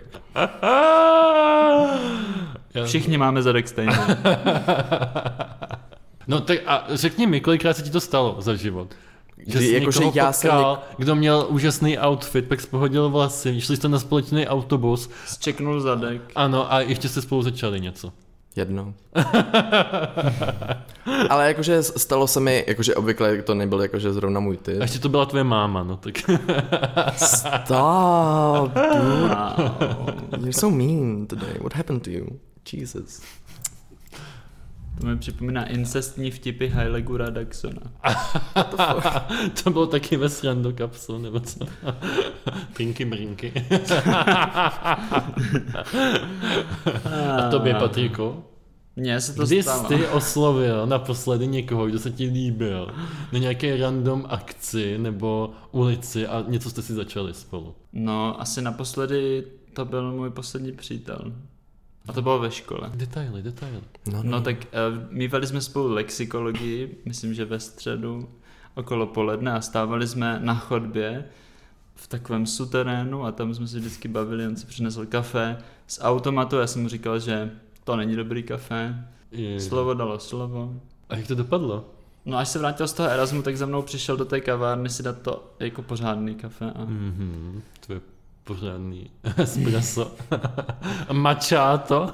Speaker 3: Všichni máme zadek stejný.
Speaker 1: No tak a řekni mi, kolikrát se ti to stalo za život? Že jsi
Speaker 2: Jakože
Speaker 1: někoho
Speaker 2: já jsem
Speaker 1: potkal, kdo měl úžasný outfit, pak spohodil vlasy, šli jste na společný autobus.
Speaker 3: Zčeknul zadek.
Speaker 1: Ano, a ještě jste spolu začali něco.
Speaker 2: Jednou. Ale jakože stalo se mi, jakože obvykle to nebyl jakože zrovna můj typ.
Speaker 1: A ještě to byla tvoje máma, no tak.
Speaker 2: Stop, dude. You're so mean today. What happened to you? Jesus.
Speaker 3: To mi připomíná incestní vtipy Hailegura Daxona.
Speaker 1: To bylo taky ve Srando kapsu, nebo co? Pinky brinky. A tobě, Patriku?
Speaker 3: Mně se to
Speaker 1: Kdy
Speaker 3: stalo.
Speaker 1: jsi ty oslovil naposledy někoho, kdo se ti líbil, na nějaké random akci nebo ulici a něco jste si začali spolu?
Speaker 3: No, asi naposledy to byl můj poslední přítel. A to bylo ve škole.
Speaker 1: Detaily, detaily.
Speaker 2: No,
Speaker 3: No tak uh, mívali jsme spolu lexikologii, myslím, že ve středu okolo poledne a stávali jsme na chodbě v takovém suterénu a tam jsme si vždycky bavili, on si přinesl kafe z automatu, já jsem mu říkal, že to není dobrý kafe,
Speaker 1: Je.
Speaker 3: slovo dalo slovo.
Speaker 1: A jak to dopadlo?
Speaker 3: No až se vrátil z toho Erasmu, tak za mnou přišel do té kavárny si dát to jako pořádný kafe. A...
Speaker 1: Mhm, to je pořádný espresso. Macchiato.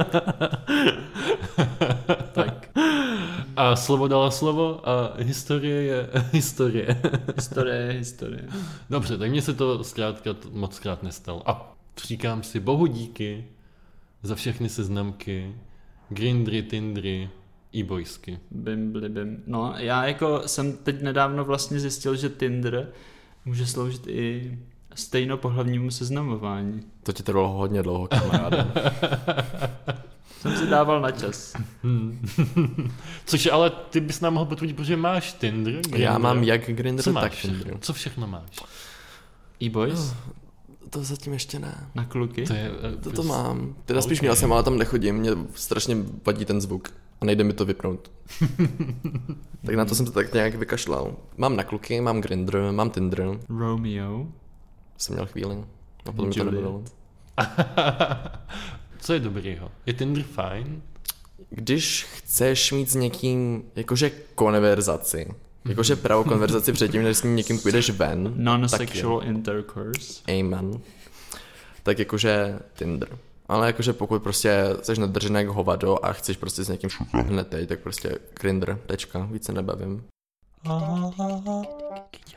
Speaker 3: Tak.
Speaker 1: A slovo dala slovo a historie je historie.
Speaker 3: Historie je historie.
Speaker 1: Dobře, tak mně se to zkrátka t- moc krát nestalo. A říkám si, bohu díky za všechny seznamky, Grindry, Tindry, e-boysky.
Speaker 3: Bim, bli, bim. No, já jako jsem teď nedávno vlastně zjistil, že Tinder může sloužit i stejnopohlavnímu seznamování.
Speaker 2: To ti trvalo hodně dlouho, kamaráde.
Speaker 3: Jsem si dával na čas.
Speaker 1: Hmm. Což ale ty bys nám mohl potvrdit, protože máš Tinder, Grindr.
Speaker 2: Já mám jak Grindr,
Speaker 1: Co
Speaker 2: tak
Speaker 1: máš
Speaker 2: Tinder.
Speaker 1: všechno? Co všechno máš?
Speaker 3: E-boys?
Speaker 2: To zatím ještě ne.
Speaker 3: Na kluky?
Speaker 1: To, je, eh,
Speaker 2: To to
Speaker 1: prostě-
Speaker 2: mám. Teda spíš
Speaker 1: Okay.
Speaker 2: měl jsem, ale tam nechodím. Mě strašně vadí ten zvuk. A nejde mi to vypnout. Tak na to jsem to tak nějak vykašlal. Mám na kluky, mám Grindr, mám Tinder.
Speaker 3: Romeo?
Speaker 2: Jsem měl chvíli. A potom mi to
Speaker 3: Juliet.
Speaker 2: nebylo.
Speaker 1: Co je dobrýho? Je Tinder fajn?
Speaker 2: Když chceš mít s někým jakože konverzaci, jakože pravou konverzaci předtím, než s ním někým půjdeš ven,
Speaker 3: Non-sexual intercourse.
Speaker 2: amen, tak jakože Tinder. Ale jakože pokud prostě jsi nadržený jak hovado a chceš prostě s někým hned teď, tak prostě Grindr, tečka, víc se nebavím.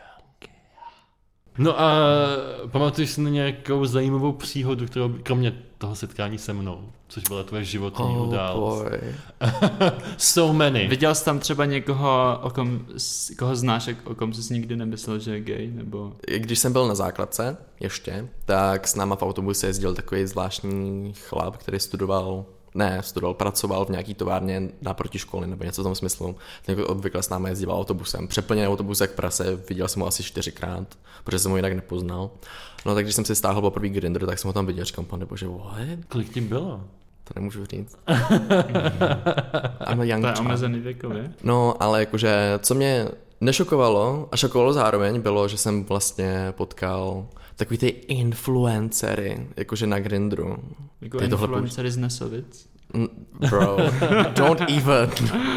Speaker 1: No a pamatuješ si na nějakou zajímavou příhodu, kterou, kromě toho setkání se mnou, což byla tvoje životní
Speaker 2: Oh
Speaker 1: událost.
Speaker 2: boy.
Speaker 1: So many.
Speaker 3: Viděl jsi tam třeba někoho, o kom, s- koho znáš, o kom jsi nikdy nemyslel, že je gay, nebo...
Speaker 2: Když jsem byl na základce ještě, tak s náma v autobuse jezdil takový zvláštní chlap, který studoval, ne, studoval, pracoval v nějaký továrně naproti školy nebo něco v tom smyslu. Ten obvykle s náma jezdil autobusem. Přeplněný autobus jak prase, viděl jsem ho asi čtyřikrát, protože jsem ho jinak nepoznal. No tak když jsem si stáhl poprvé Grindr, tak jsem ho tam viděl, říkám, pane bože, what?
Speaker 1: Kolik ti bylo?
Speaker 2: To nemůžu říct. I'm a young
Speaker 3: To je
Speaker 2: child.
Speaker 3: omezený věkově.
Speaker 2: No, ale jakože, co mě nešokovalo a šokovalo zároveň, bylo, že jsem vlastně potkal takový ty influencery, jakože na Grindru.
Speaker 3: Jako
Speaker 2: Ty tohle
Speaker 3: influencery z Nesovic.
Speaker 2: Mm, Bro, don't even.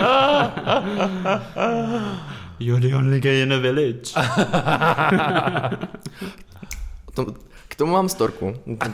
Speaker 3: You're the only gay in a village.
Speaker 2: To, k tomu mám storku.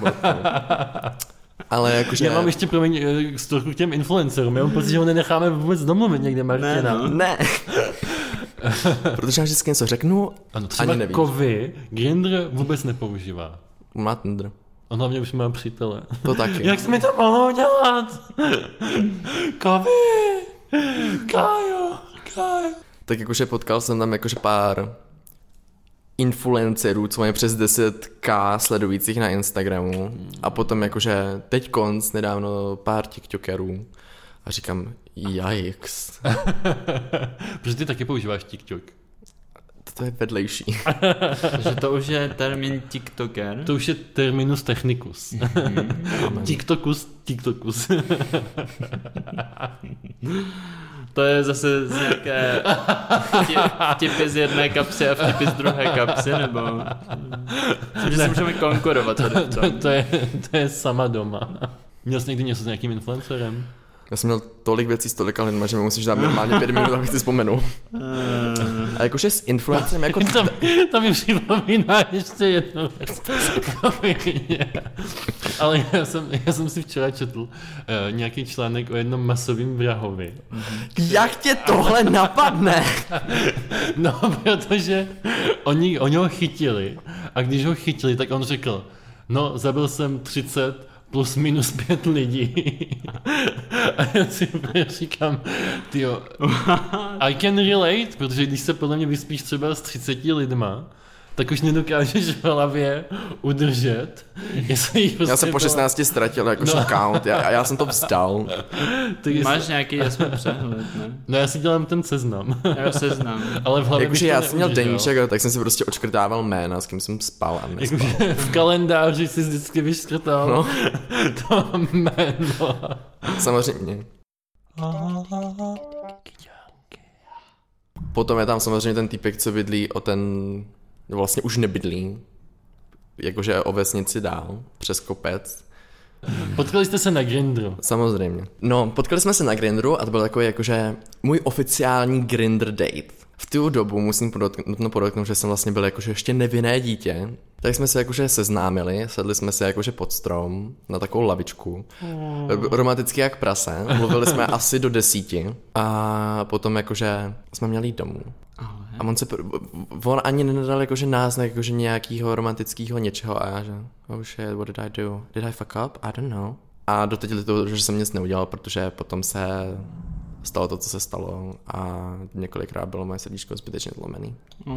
Speaker 2: Ale jakože...
Speaker 1: Já mám ještě, promiň, eh, storku k těm influencerům. Já mám pocit, že ho nenecháme vůbec domluvit někde, Martina.
Speaker 3: Ne, no.
Speaker 2: Ne. Protože já vždycky něco řeknu,
Speaker 1: Ano, třeba
Speaker 2: ani nevíš.
Speaker 1: Kovy Grindr vůbec nepoužívá.
Speaker 2: Má Tinder.
Speaker 1: On hlavně už má přítele.
Speaker 2: To taky.
Speaker 1: Jak jsi mi to mohlo udělat? Kovy! Kájo! Kájo!
Speaker 2: Tak jakože potkal jsem tam jakože pár influencerů, co mají přes deset tisíc sledujících na Instagramu a potom jakože teď konc nedávno pár tiktokerů a říkám, yikes.
Speaker 1: Protože ty taky používáš TikTok.
Speaker 2: To je vedlejší.
Speaker 3: Takže to už je termín tiktoker.
Speaker 1: To už je terminus technicus. TikTokus, TikTokus.
Speaker 3: To je zase z nějaké vtipy z jedné kapsy a vtipy z druhé kapsy, nebo... Myslím, že si můžeme konkurovat tady v
Speaker 1: To,
Speaker 3: tom.
Speaker 1: to, je, to je sama doma. Měl jsi někdy něco s nějakým influencerem?
Speaker 2: Já jsem měl tolik věcí s tolika lidma, že mi musíš dát normálně pět minut, abych si vzpomenul. A jakože s influencem jako...
Speaker 1: To, to mi připomíná ještě jednu věc. Ale já jsem, já jsem si včera četl uh, nějaký článek o jednom masovém vrahovi.
Speaker 2: Jak tě tohle napadne?
Speaker 1: No, protože oni, oni ho chytili a když ho chytili, tak on řekl, no, zabil jsem třicet plus minus pět lidí. A já si říkám, tyjo, I can relate, protože když se podle mě vyspíš třeba s třiceti lidma, tak už nedokážeš v hlavě udržet. Jestli jich prostě
Speaker 2: Já jsem po
Speaker 1: bylo-
Speaker 2: šestnácti ztratil jakože
Speaker 1: No.
Speaker 2: count, já, já jsem to vzdal.
Speaker 1: tak jestli-
Speaker 3: Máš nějaký jasný přehled, ne?
Speaker 1: No já si dělám ten seznam.
Speaker 3: Já seznam.
Speaker 1: Ale v hlavě
Speaker 2: Jakože
Speaker 1: bych to
Speaker 2: já jsem měl
Speaker 1: neudržel.
Speaker 2: deníček, tak jsem si prostě odškrtával jména, s kým jsem spal a nespal.
Speaker 1: Jakože v kalendáři si vždycky vyškrtal
Speaker 2: No.
Speaker 1: to jméno.
Speaker 2: Samozřejmě. Potom je tam samozřejmě ten týpek, co bydlí o ten, vlastně už nebydlí, jakože o vesnici dál, přes kopec.
Speaker 1: Potkali jste se na Grindru.
Speaker 2: Samozřejmě. No, potkali jsme se na Grindru a to byl takový jakože můj oficiální Grindr date. V tu dobu musím podotknout, no, podotknout, že jsem vlastně byl jakože ještě nevinné dítě. Tak jsme se jakože seznámili, sedli jsme se jakože pod strom na takovou lavičku. Mm. Romanticky jak prase. Mluvili jsme asi do desíti a potom jakože jsme měli jít domů.
Speaker 3: Ale...
Speaker 2: A on se, on ani nedal jakože náznak jakože nějakého romantického něčeho a já že, oh shit, what did I do? Did I fuck up? I don't know. A doteď to, že jsem nic neudělal, protože potom se stalo to, co se stalo a několikrát bylo moje srdíčko zbytečně zlomený.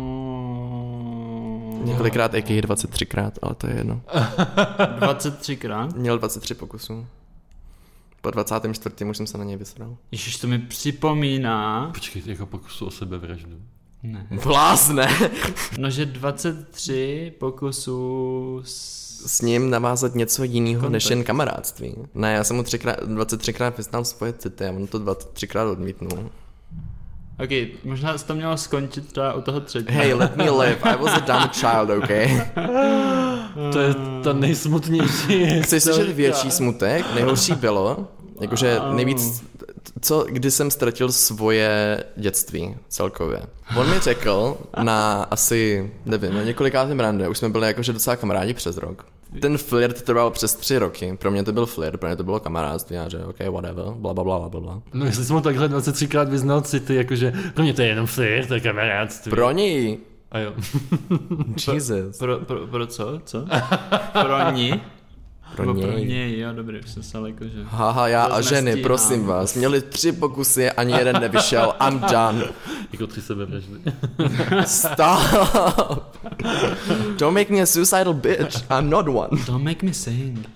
Speaker 3: Mm.
Speaker 2: Několikrát, a k a dvacet tři krát, ale to je jedno.
Speaker 3: dvacet tři krát?
Speaker 2: Měl dvacet tři pokusů. Po dvacátém čtvrtém už jsem se na něj vysral.
Speaker 3: Ježiš, to mi připomíná...
Speaker 1: Počkej, jako pokusu o sebevraždu.
Speaker 3: Ne.
Speaker 2: Blázne!
Speaker 3: No, že dvacet tři pokusů s...
Speaker 2: S ním navázat něco jiného
Speaker 3: Kontakt.
Speaker 2: než jen kamarádství. Ne, já jsem mu třikrát, dvacet tři krát vyznal svoje city a on to dvacet tři krát odmítnul.
Speaker 3: Ok, možná jsi to mělo skončit třeba u toho třetího.
Speaker 2: Hey, let me live, I was a dumb child, okay?
Speaker 1: To je ta nejsmutnější.
Speaker 2: Chceš slyšet
Speaker 1: historka.
Speaker 2: větší smutek? Nejhorší bylo, jakože nejvíc, co, kdy jsem ztratil svoje dětství celkově. On mi řekl na asi, nevím, na několikátém rande, už jsme byli jakože docela kamarádi přes rok. Ten flirt trval přes tři roky, pro mě to byl flirt, pro mě to bylo kamarádství a že ok, whatever, bla bla bla bla bla.
Speaker 1: No jestli jsem ho takhle dvacet tři krát vyznal city, jakože pro mě to je jenom flirt, to je kamarádství.
Speaker 2: Pro něj,
Speaker 1: A jo.
Speaker 2: Jesus.
Speaker 3: Pro, pro, pro co? Co? Pro ní?
Speaker 2: Pro
Speaker 3: Nebo
Speaker 2: něj.
Speaker 3: pro něj, jo, dobrý, už jsem se ale jakože...
Speaker 2: Haha, já
Speaker 3: To
Speaker 2: a ženy,
Speaker 3: nestíhám.
Speaker 2: prosím vás, měli tři pokusy, ani jeden nevyšel, I'm done.
Speaker 1: Jako tři sebevraždy.
Speaker 2: Stop! Don't make me a suicidal bitch, I'm not one.
Speaker 3: Don't make me sing.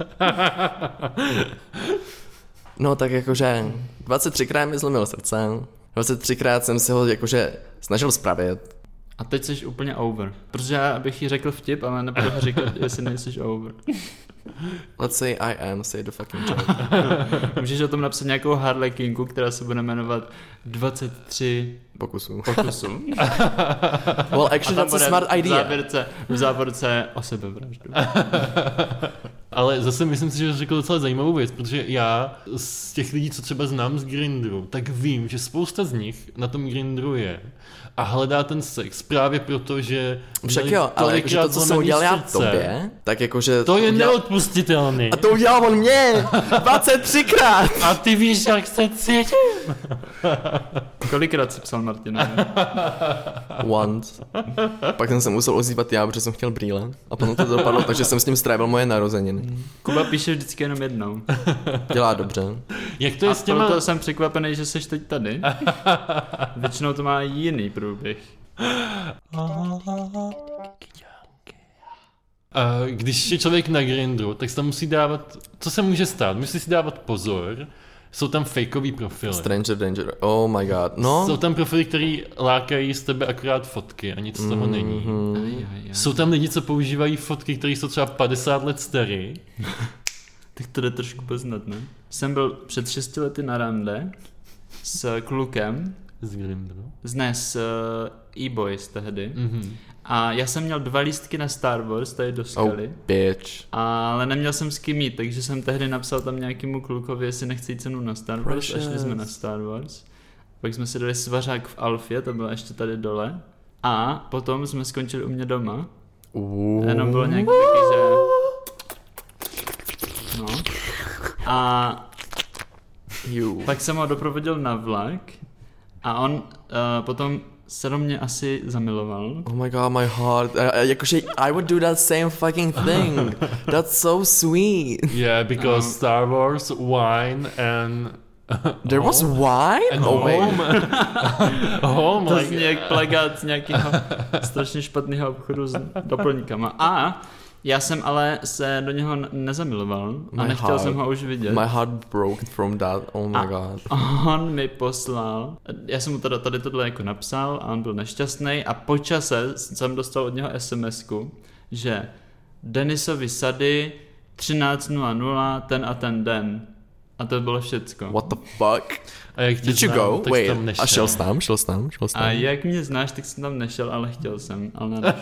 Speaker 2: No tak jakože dvacet třikrát mi zlomil srdce, dvacet třikrát jsem se ho jakože snažil spravit.
Speaker 3: A teď jsi úplně over. Protože já bych jí řekl vtip, ale nebudu ho říkat, jestli nejsi over.
Speaker 2: Let's say I am, say the fucking joke.
Speaker 3: Můžeš o tom napsat nějakou harlekinku, která se bude jmenovat dvacet tři
Speaker 2: Pokusů.
Speaker 3: pokusů.
Speaker 2: Well, actually that's a smart
Speaker 3: v
Speaker 2: idea.
Speaker 3: závěrce, v závorce o sebevraždu.
Speaker 1: Ale zase myslím si, že řekl docela zajímavou věc, protože já z těch lidí, co třeba znám z Grindru, tak vím, že spousta z nich na tom Grindru je a hledá ten sex právě proto, že...
Speaker 2: Však jo, ale jakože to, co jsem udělal já tobě, tak jakože...
Speaker 1: To je
Speaker 2: udělal...
Speaker 1: neodpustitelný.
Speaker 2: A to udělal on mě! dvacet třikrát!
Speaker 1: A ty víš, jak se cítím.
Speaker 3: Kolikrát jsi psal Martina?
Speaker 2: Once. Pak jsem se musel ozývat já, protože jsem chtěl brýle. A potom to dopadlo, takže jsem s ním strávil moje narozeniny.
Speaker 3: Kuba píše vždycky jenom jednou.
Speaker 2: Dělá dobře.
Speaker 1: Jak to je
Speaker 3: A
Speaker 1: s těma...
Speaker 3: proto jsem překvapený, že jsi teď tady. Většinou to má jiný průběh.
Speaker 1: A když je člověk na Grindru, tak se tam musí dávat... Co se může stát? Musí si dávat pozor. Jsou tam fakeový profily.
Speaker 2: Stranger danger. Oh my god. No.
Speaker 1: Jsou tam profily, které lákají z tebe akorát fotky a nic z toho není.
Speaker 3: Aj, aj, aj.
Speaker 1: Jsou tam lidi, co používají fotky, které jsou třeba padesát let staré.
Speaker 3: Tak to jde trošku poznat, ne? Jsem byl před šesti lety na rande s klukem,
Speaker 1: Z Grindru.
Speaker 3: z ne, s uh, E-Boys tehdy.
Speaker 1: Mhm.
Speaker 3: A já jsem měl dva lístky na Star Wars, tady do
Speaker 2: Oh
Speaker 3: skaly.
Speaker 2: bitch.
Speaker 3: Ale neměl jsem s kým jít, takže jsem tehdy napsal tam nějakému klukovi, jestli nechci jít se mnou na Star Wars. A šli jsme na Star Wars. Pak jsme si dali svařák v Alfě, to bylo ještě tady dole. A potom jsme skončili u mě doma.
Speaker 2: Uh.
Speaker 3: Jenom bylo nějaký taky, že... No. A
Speaker 2: You.
Speaker 3: pak jsem ho doprovodil na vlak a on uh, potom se do mě asi zamiloval.
Speaker 2: Oh my god, my heart. Uh, uh, jakože I would do that same fucking thing. That's so sweet.
Speaker 1: Yeah, because
Speaker 3: Um,
Speaker 1: Star Wars, wine and...
Speaker 2: There was wine?
Speaker 1: And
Speaker 2: Oh wait.
Speaker 1: home. home,
Speaker 3: To
Speaker 1: like...
Speaker 3: zní jak plagát z nějakého strašně špatného obchodu s doplňkama. A já jsem ale se do něho nezamiloval a
Speaker 2: My
Speaker 3: nechtěl
Speaker 2: heart.
Speaker 3: jsem ho už vidět.
Speaker 2: My heart broke from that. Oh my
Speaker 3: A-
Speaker 2: god.
Speaker 3: On mi poslal, já jsem mu teda tady tohle jako napsal a on byl nešťastný a po čase jsem dostal od něho SMSku, že Denisovi sady třináct nula nula ten a ten den. A to bylo všecko.
Speaker 2: What the fuck?
Speaker 1: A jak tě
Speaker 2: Did you
Speaker 1: znám,
Speaker 2: go?
Speaker 1: tak
Speaker 2: Wait.
Speaker 1: tam nešel.
Speaker 2: A šel jsi tam? Šel jsi tam? Šel jsi tam?
Speaker 3: A jak mě znáš, tak jsem tam nešel, ale chtěl jsem, ale nešel.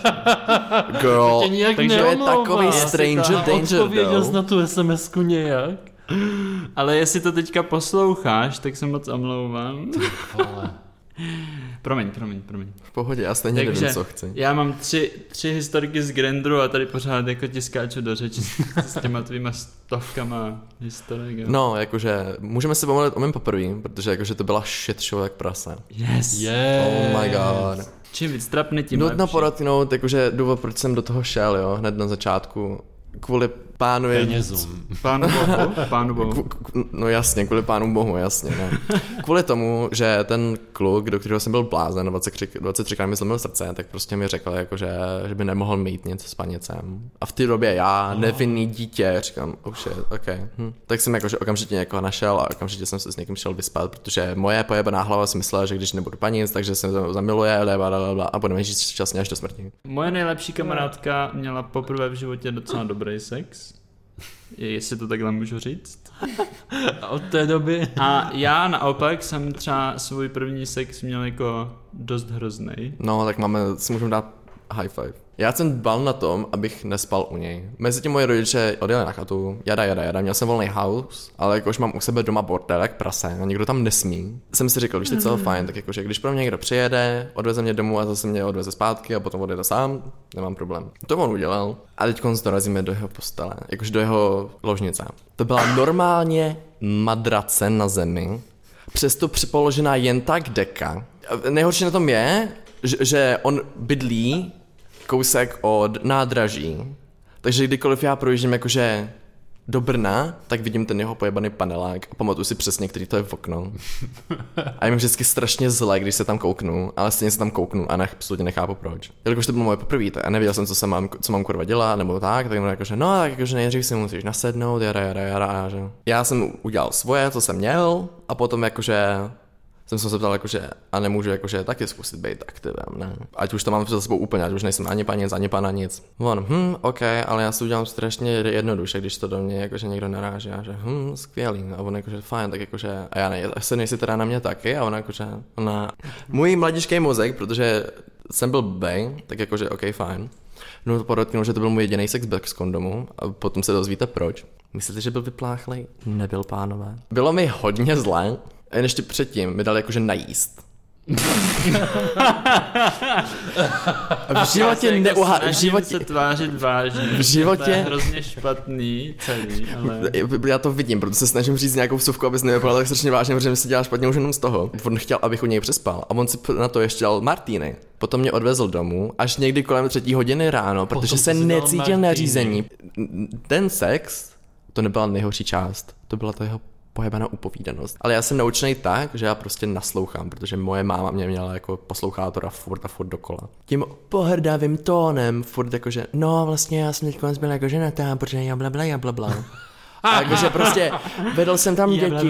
Speaker 2: Girl.
Speaker 1: Tě nijak
Speaker 3: Takže
Speaker 2: To je
Speaker 1: neomlouvá.
Speaker 2: takový stranger
Speaker 1: A
Speaker 2: danger
Speaker 1: odpověděl jsi
Speaker 2: though.
Speaker 1: na tu SMSku nějak?
Speaker 3: Ale jestli to teďka posloucháš, tak se moc omlouvám.
Speaker 1: Vole.
Speaker 3: Promiň, promiň, promiň.
Speaker 2: V pohodě, já stejně
Speaker 3: Takže
Speaker 2: nevím, co chci.
Speaker 3: já mám tři, tři historky z Grindru a tady pořád jako ti skáču do řeči s, s těma tvýma stovkama historek. jo.
Speaker 2: No, jakože, můžeme se pomluvit o mém poprvé, protože jakože to byla shit show jak prase.
Speaker 3: Yes.
Speaker 1: Yes.
Speaker 2: Oh my god.
Speaker 3: Čím víc trapný, tím
Speaker 2: Nutno
Speaker 3: lepší.
Speaker 2: podotknout, jakože důvod, proč jsem do toho šel, jo, hned na začátku. Kvůli pánovi...
Speaker 1: Penězům.
Speaker 3: Pánu bohu, pánu bohu.
Speaker 2: Kvu- k- No jasně, kvůli pánu bohu, jasně, ne. Kvůli tomu, že ten kluk, do kterého jsem byl blázen, dvacet tři, dvacet tři krát mi zlomil srdce, tak prostě mi řekl, jako, že, že by nemohl mít nic s panicem. A v té době já, nevinný dítě, říkám, oh shit, ok. Hm. Tak jsem jakože okamžitě někoho našel a okamžitě jsem se s někým šel vyspat, protože moje pojebaná hlava si myslela, že když nebudu panic, takže se zamiluje, blablabla, a budeme žít šťastně až do smrti.
Speaker 3: Moje nejlepší kamarádka měla poprvé v životě docela dobrý sex. Jestli to takhle můžu říct.
Speaker 1: A od té doby...
Speaker 3: A já naopak jsem třeba svůj první sex měl jako dost hrozný.
Speaker 2: No, tak máme, si můžeme dát high five. Já jsem dbal na tom, abych nespal u něj. Mezitím moje rodiče odjeli na chatu, jada, jada, jada, měl jsem volný house, ale jakož mám u sebe doma bordel, jak prase, a nikdo tam nesmí. Jsem si říkal, když ty co, fajn, tak jakože když pro mě někdo přijede, odveze mě domů a zase mě odveze zpátky a potom odjede sám, nemám problém. To on udělal. A teď dorazíme do jeho postele, jakož do jeho ložnice. To byla normálně madrace na zemi, přesto připoložená jen tak deka. Nejhorší na tom je, že, že on bydlí kousek od nádraží, takže kdykoliv já projíždím jakože do Brna, tak vidím ten jeho pojebaný panelák a pamatuju si přesně, který to je v okno. A je mi vždycky strašně zle, když se tam kouknu, ale stejně se tam kouknu a ne, absolutně nechápu proč. Jelikož to bylo moje poprvé a nevěděl jsem, co, se mám, co mám kurva dělat, nebo tak, tak jakože, no, tak jakože nejdřív si musíš nasednout, jara, jara, jara, že. Já jsem udělal svoje, co jsem měl, a potom jakože jsem se zeptal, jakože, a nemůžu jakože taky zkusit být aktivem, ne? Ať už to mám před sebou úplně, ať už nejsem ani pan nic, ani pana nic. On, hm, ok, ale já si udělám strašně jednoduše, když to do mě jakože někdo naráží, a že hm, skvělý, a on jakože fajn, tak jakože, a já ne, se nejsi teda na mě taky, a on jakože, ona, můj mladičký mozek, protože jsem byl bej, tak jakože, ok, fajn. No podotknul, že to byl můj jediný sex bez kondomu, a potom se dozvíte proč. Myslíte, že byl vypláchlej? Nebyl, pánové. Bylo mi hodně zlé. A ještě předtím mi dali jakože najíst. V životě neuhá... V životě...
Speaker 3: se tvářit vážně.
Speaker 2: V životě...
Speaker 3: To je hrozně špatný celý, ale...
Speaker 2: Já to vidím, protože se snažím říct nějakou vsuvku, abys nevypadal tak strašně vážně, protože mi se dělá špatně už jenom z toho. On chtěl, abych u něj přespal a on si na to ještě dal martýny. Potom mě odvezl domů až někdy kolem třetí hodiny ráno, protože Potom se necítil na řízení. Ten sex, to nebyla nejhorší část, to byla to jeho pojebaná upovídanost. Ale já jsem naučený tak, že já prostě naslouchám, protože moje máma mě měla jako poslouchátora furt a furt dokola. Tím pohrdavým tónem, furt jakože, no vlastně já jsem teď konec byl jako ženatá, protože já blabla, já blabla. A jakože prostě vedl jsem tam děti.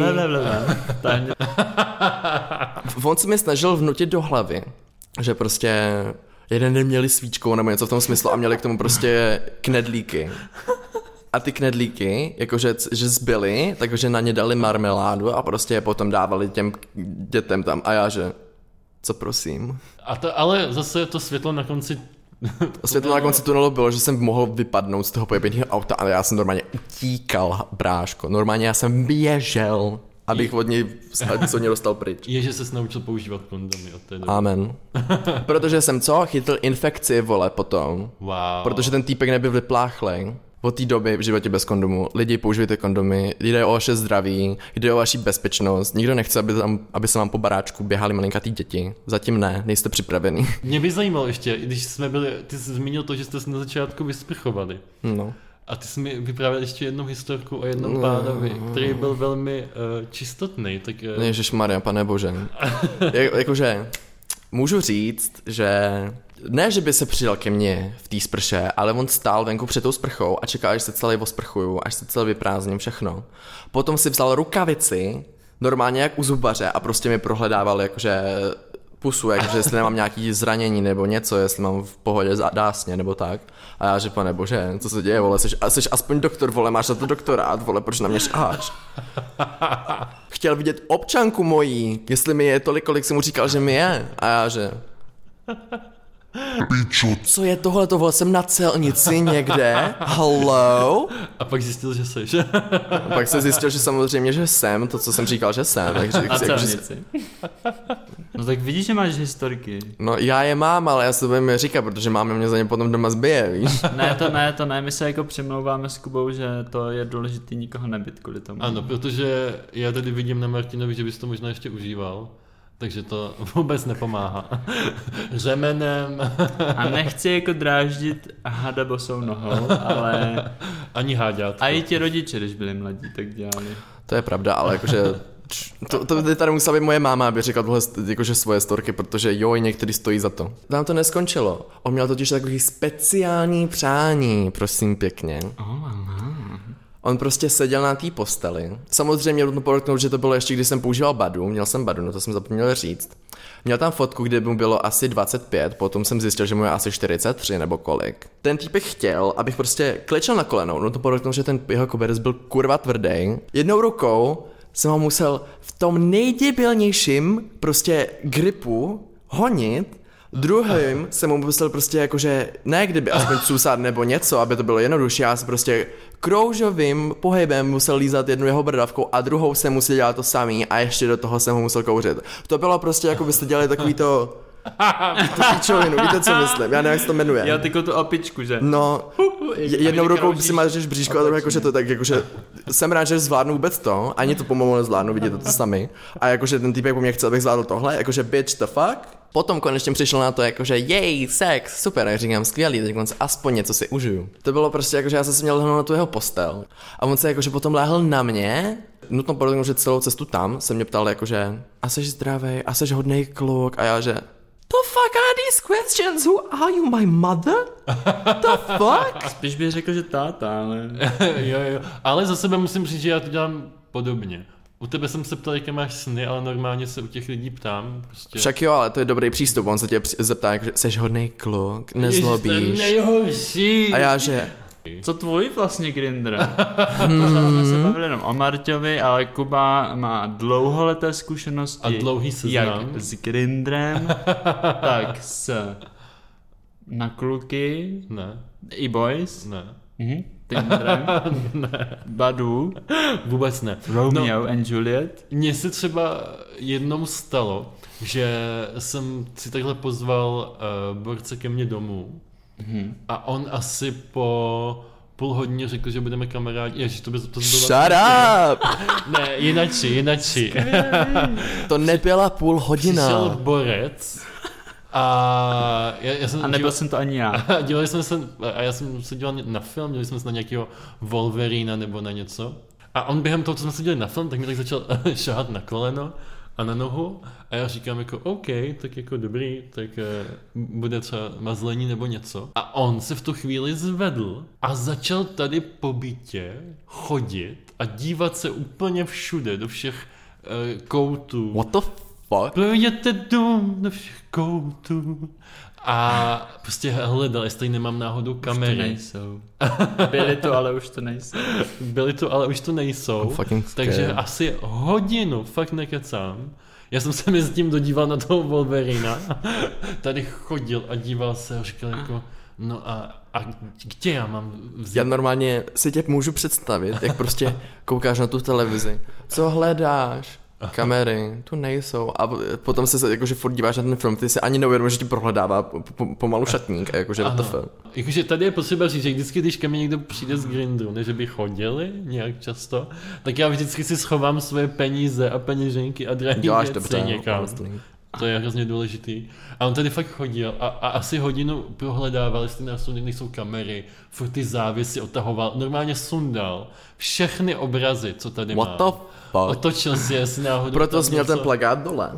Speaker 2: On se mi snažil vnutit do hlavy, že prostě jeden den měli svíčkou nebo něco v tom smyslu a měli k tomu prostě knedlíky. A ty knedlíky, jakože že zbyly, takže na ně dali marmeládu a prostě je potom dávali těm dětem tam. A já že, co prosím?
Speaker 1: A to, ale zase to světlo na konci...
Speaker 2: Světlo na konci tunelu bylo, že jsem mohl vypadnout z toho pojebeného auta, ale já jsem normálně utíkal, bráško. Normálně já jsem běžel, abych od něj, od něj dostal pryč.
Speaker 1: Je, že ses naučil používat kondomy od té doby.
Speaker 2: Amen. Protože jsem co? Chytl infekci, vole, potom.
Speaker 1: Wow.
Speaker 2: Protože ten týpek nebyl vypláchlej. Od té doby v životě bez kondomu. Lidi, používejte kondomy, jde o vaše zdraví, jde o vaši bezpečnost. Nikdo nechce, aby, tam, aby se vám po baráčku běhali malinkatý děti. Zatím ne, nejste připravený.
Speaker 1: Mě by zajímalo ještě, když jsme byli, ty jsi zmínil to, že jste se na začátku vysprchovali.
Speaker 2: No. A
Speaker 1: ty jsi mi vyprávěl ještě jednu historku o jednom no. pánovi, který byl velmi uh, čistotný. Tak, uh...
Speaker 2: Ježišmarja, pane bože. Jak, jakože, můžu říct, že... Ne, že by se přidal ke mně v té sprše, ale on stál venku před tou sprchou a čekal, až se celý osprchuju, až se celý vyprázdním všechno. Potom si vzal rukavici, normálně jak u zubaře a prostě mi prohledával jakože pusu, jakože jestli nemám nějaký zranění nebo něco, jestli mám v pohodě dásně nebo tak. A já že pane bože, co se děje, vole, jsi, jsi aspoň doktor, vole, máš na to doktorát, vole, proč na mě šáš? Chtěl vidět občanku mojí, jestli mi je tolik, kolik jsem mu říkal, že mi je. A já že... Pičo. Co je tohle, tohle jsem na celnici někde? Hello?
Speaker 1: A pak zjistil, že jsi.
Speaker 2: A pak se zjistil, že samozřejmě, že jsem, to, co jsem říkal, že jsem. Takže,
Speaker 3: na celnici. No tak vidíš, že máš historiky.
Speaker 2: No já je mám, ale já se to budeme říkat, protože máma mě za ně potom doma zbije, víš?
Speaker 3: Ne, to ne, to ne, my se jako přemlouváme s Kubou, že to je důležitý nikoho nebyt kvůli tomu.
Speaker 1: Ano, protože já tady vidím na Martinovi, že bys to možná ještě užíval. Takže to vůbec nepomáhá. Řemenem.
Speaker 3: A nechci jako dráždit hada bosou nohou, ale...
Speaker 1: Ani háďátko.
Speaker 3: A i ti rodiče, když byli mladí, tak dělali.
Speaker 2: To je pravda, ale jakože... To, to by tady musela být moje máma, aby říkala tohle jakože svoje storky, protože jo, některý stojí za to. Tam to neskončilo. On měl totiž takový speciální přání, prosím pěkně.
Speaker 3: Oh, aha.
Speaker 2: On prostě seděl na té posteli. Samozřejmě nutno podotknout, že to bylo ještě, když jsem používal Badu. Měl jsem Badu, no to jsem zapomněl říct. Měl tam fotku, kde mu bylo asi dvacet pět, potom jsem zjistil, že mu je asi čtyřicet tři nebo kolik. Ten týpek chtěl, abych prostě klečel na kolenou. No to podotknout, že ten jeho koberec byl kurva tvrdý. Jednou rukou jsem ho musel v tom nejděbilnějším prostě gripu honit. Druhým jsem mu musel prostě jakože, ne kdyby aspoň cůsat nebo něco, aby to bylo jednodušší, já jsem prostě kroužovým pohybem musel lízat jednu jeho brdavkou a druhou jsem musel dělat to samý a ještě do toho jsem ho musel kouřit. To bylo prostě, jako byste dělali takový to Tu píčovinu, víte, co myslím? Já nevím, jak se to jmenuje.
Speaker 3: Já tyko tu opičku, že?
Speaker 2: No, jednou rukou si máš bříško a druhou jakože to tak, jakože jsem rád, že zvládnu vůbec to, ani to pomalu nezvládnu, vidíte to sami. A jakože ten týpek po mně chce, abych zvládl tohle, jakože bitch the fuck. Potom konečně přišel na to, jakože jej, sex, super, jak říkám, skvělý, teď konce aspoň něco si užiju. To bylo prostě jakože já jsem si měl lehnout na tu jeho postel a on se jakože potom léhl na mě. Nutno podotknout, že celou cestu tam se mě ptal jakože a seš zdravej, a seš hodnej kluk a já že the fuck are these questions? Who are you, my mother? The fuck?
Speaker 3: Spíš bych řekl, že táta, ale...
Speaker 1: jo, jo, ale za sebe musím říct, že já to dělám podobně. U tebe jsem se ptal, jaké máš sny, ale normálně se u těch lidí ptám. Prostě...
Speaker 2: Však jo, ale to je dobrý přístup, on se tě zeptá, že jsi hodnej kluk, nezlobíš.
Speaker 1: Nejhorší.
Speaker 2: A já že...
Speaker 3: Co tvůj vlastně Grindr? Hmm. Jsme se bavili jenom o Marťovi, ale Kuba má dlouholeté zkušenosti.
Speaker 1: A dlouhý seznam.
Speaker 3: Jak s Grindrem, tak s... na kluky.
Speaker 1: Ne.
Speaker 3: I boys.
Speaker 1: Ne.
Speaker 3: Mhm. Tinderem.
Speaker 1: Ne.
Speaker 3: Badu.
Speaker 1: Vůbec ne.
Speaker 3: Romeo
Speaker 1: no,
Speaker 3: and Juliet.
Speaker 1: Mně se třeba jednou stalo, že jsem si takhle pozval uh, borce ke mně domů mm-hmm. a on asi po půl hodině řekl, že budeme kamarádi. Ježiš, to by to bylo...
Speaker 2: Shut up!
Speaker 1: Ne, jinači, jinači.
Speaker 2: To nebyla půl hodina.
Speaker 1: Přišel borec a já, já jsem
Speaker 3: a nebyl
Speaker 1: díval,
Speaker 3: jsem to ani já.
Speaker 1: A, dělali jsme se, a já jsem se díval na film, dělali jsme se na nějakého Wolverina nebo na něco. A on během toho, co jsme se dělali na film, tak mi tak začal šahat na koleno a na nohu. A já říkám jako OK, tak jako dobrý, tak uh, bude třeba mazlení nebo něco. A on se v tu chvíli zvedl a začal tady po bytě chodit a dívat se úplně všude, do všech uh, koutů.
Speaker 2: What the fuck?
Speaker 1: Projděte dům do všech koutů. A prostě hledal, jestli nemám náhodou kamery.
Speaker 3: Už to nejsou. Byli to, ale už to nejsou.
Speaker 1: Byli to, ale už to nejsou. Takže asi hodinu, fakt nekecám. Já jsem se mezi tím dodíval na toho Wolverina. Tady chodil a díval se a říkal jako, no a, a kde já mám vzít?
Speaker 2: Já normálně si tě můžu představit, jak prostě koukáš na tu televizi. Co hledáš? Kamery, tu nejsou. A potom se jakože furt díváš na ten film, ty se ani neuvědomíš, že ti prohledává pomalu šatník a jakože what the fuck.
Speaker 1: Jakože tady je potřeba říct, že vždycky, když ke mně někdo přijde z Grindru, než by chodili nějak často, tak já vždycky si schovám své peníze a peněženky a drahé věci dobře, někam. To je hrozně důležitý. A on tady fakt chodil a, a asi hodinu prohledával, jestli nejsou kamery, furt ty závěsy otahoval, normálně sundal všechny obrazy, co tady
Speaker 2: What
Speaker 1: má.
Speaker 2: The fuck?
Speaker 1: Otočil si, jestli náhodou...
Speaker 2: Proto jsi měl ten plakát dole.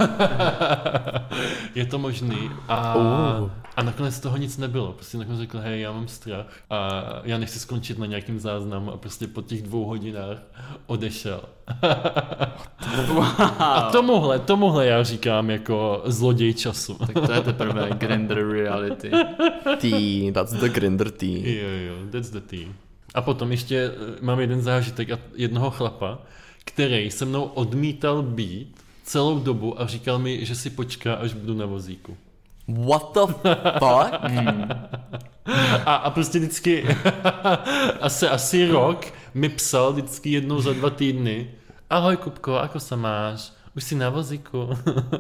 Speaker 1: Je to možný. A, uh. a nakonec toho nic nebylo. Prostě nakonec řekl, hej, já mám strach a já nechci skončit na nějakým záznamu a prostě po těch dvou hodinách odešel. Wow. A tomuhle, tomuhle já říkám jako zloděj času.
Speaker 3: Tak to je teprve Grindr reality.
Speaker 2: T, that's the Grindr T.
Speaker 1: Jo, jo, that's the T. A potom ještě mám jeden zážitek a jednoho chlapa, který se mnou odmítal být celou dobu a říkal mi, že si počká, až budu na vozíku.
Speaker 2: What the fuck?
Speaker 1: Hmm. A, a prostě vždycky asi, asi rok mi psal vždycky jednou za dva týdny. Ahoj Kupko, ako sa máš? Už si na vozíku. Wow.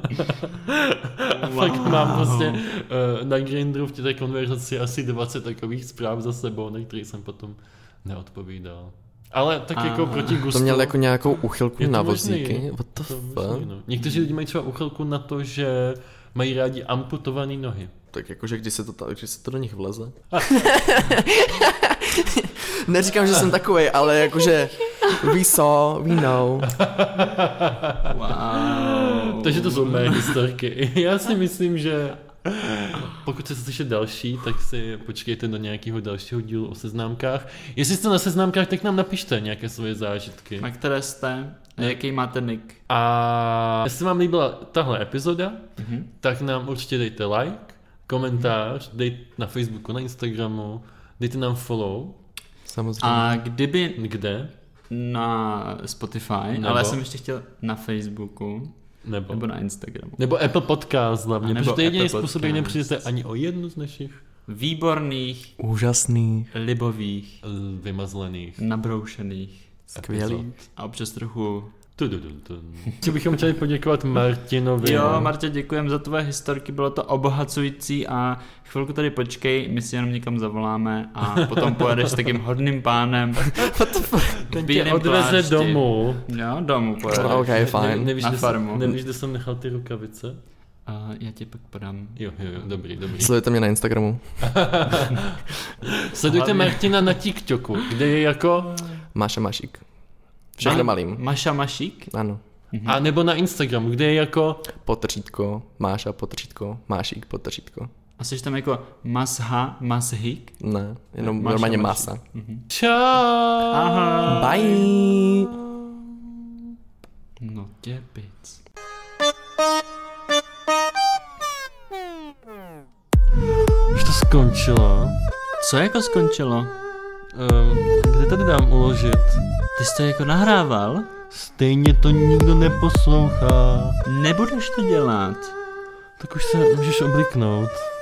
Speaker 1: A fakt mám prostě uh, na Grindru v té konverzaci asi dvacet takových zpráv za sebou, na které jsem potom neodpovídal. Ale tak a, jako proti gustu.
Speaker 2: To měl jako nějakou uchylku na vozíky?
Speaker 1: Možný,
Speaker 2: What the fuck?
Speaker 1: No. Někteří lidi mají třeba uchylku na to, že mají rádi amputované nohy.
Speaker 2: Tak jakože když se to, když se to do nich vleze. Neříkám, že jsem takovej, ale jakože we saw, we know.
Speaker 1: Wow. Takže to jsou mé historky. Já si myslím, že pokud chcete slyšet další, tak si počkejte do nějakého dalšího dílu o seznámkách. Jestli jste na seznámkách, tak nám napište nějaké svoje zážitky.
Speaker 3: Na které jste? A jaký máte nick?
Speaker 1: A jestli vám líbila tahle epizoda, mm-hmm. tak nám určitě dejte like, komentář, dejte na Facebooku, na Instagramu, dejte nám follow.
Speaker 2: Samozřejmě.
Speaker 3: A kdyby...
Speaker 1: Kde?
Speaker 3: Na Spotify, nebo? Ale já jsem ještě chtěl na Facebooku. Nebo, nebo na Instagramu.
Speaker 1: Nebo Apple Podcast hlavně, protože to je jediný způsob, jak nepřijdete ani o jednu z našich
Speaker 3: výborných,
Speaker 2: úžasných,
Speaker 3: libových,
Speaker 1: vymazlených,
Speaker 3: nabroušených,
Speaker 2: skvělých
Speaker 3: a občas trochu
Speaker 1: Co bychom chtěli poděkovat Martinovi.
Speaker 3: Jo, Martě, děkujem za tvoje historky, bylo to obohacující a chvilku tady počkej, my si jenom někam zavoláme a potom pojedeš s takým hodným pánem.
Speaker 1: Ten tě odveze domů.
Speaker 3: Jo, domů pojedeš.
Speaker 2: Ok, fajn.
Speaker 1: Ne, nevíš,
Speaker 3: na
Speaker 1: kde
Speaker 3: farmu.
Speaker 1: Jsem, nevíš, kde jsem nechal ty rukavice?
Speaker 3: Uh, já tě pak podám.
Speaker 1: Jo, jo, jo, dobrý, dobrý.
Speaker 2: Sledujte mě na Instagramu.
Speaker 1: Sledujte Martina na TikToku, kde je jako...
Speaker 2: Máša Mašík. Všechno
Speaker 1: Ma-
Speaker 2: malým.
Speaker 3: Maša Mašík?
Speaker 2: Ano.
Speaker 3: Mhm.
Speaker 1: A nebo na Instagramu, kde je jako...
Speaker 2: Potržítko, Máša, potržítko, Mášík, potržítko.
Speaker 3: A jsi tam jako Masha, Mashik?
Speaker 2: Ne, jenom
Speaker 3: Máša
Speaker 2: normálně
Speaker 3: Mašík.
Speaker 2: masa.
Speaker 3: Mhm.
Speaker 1: Čau!
Speaker 3: Aha.
Speaker 2: Bye!
Speaker 3: No tě pic.
Speaker 1: Už to skončilo.
Speaker 3: Co jako skončilo?
Speaker 1: Um, kde tady dám uložit?
Speaker 3: Ty jsi to jako nahrával?
Speaker 1: Stejně to nikdo neposlouchá.
Speaker 3: Nebudeš to dělat.
Speaker 1: Tak už se můžeš obliknout.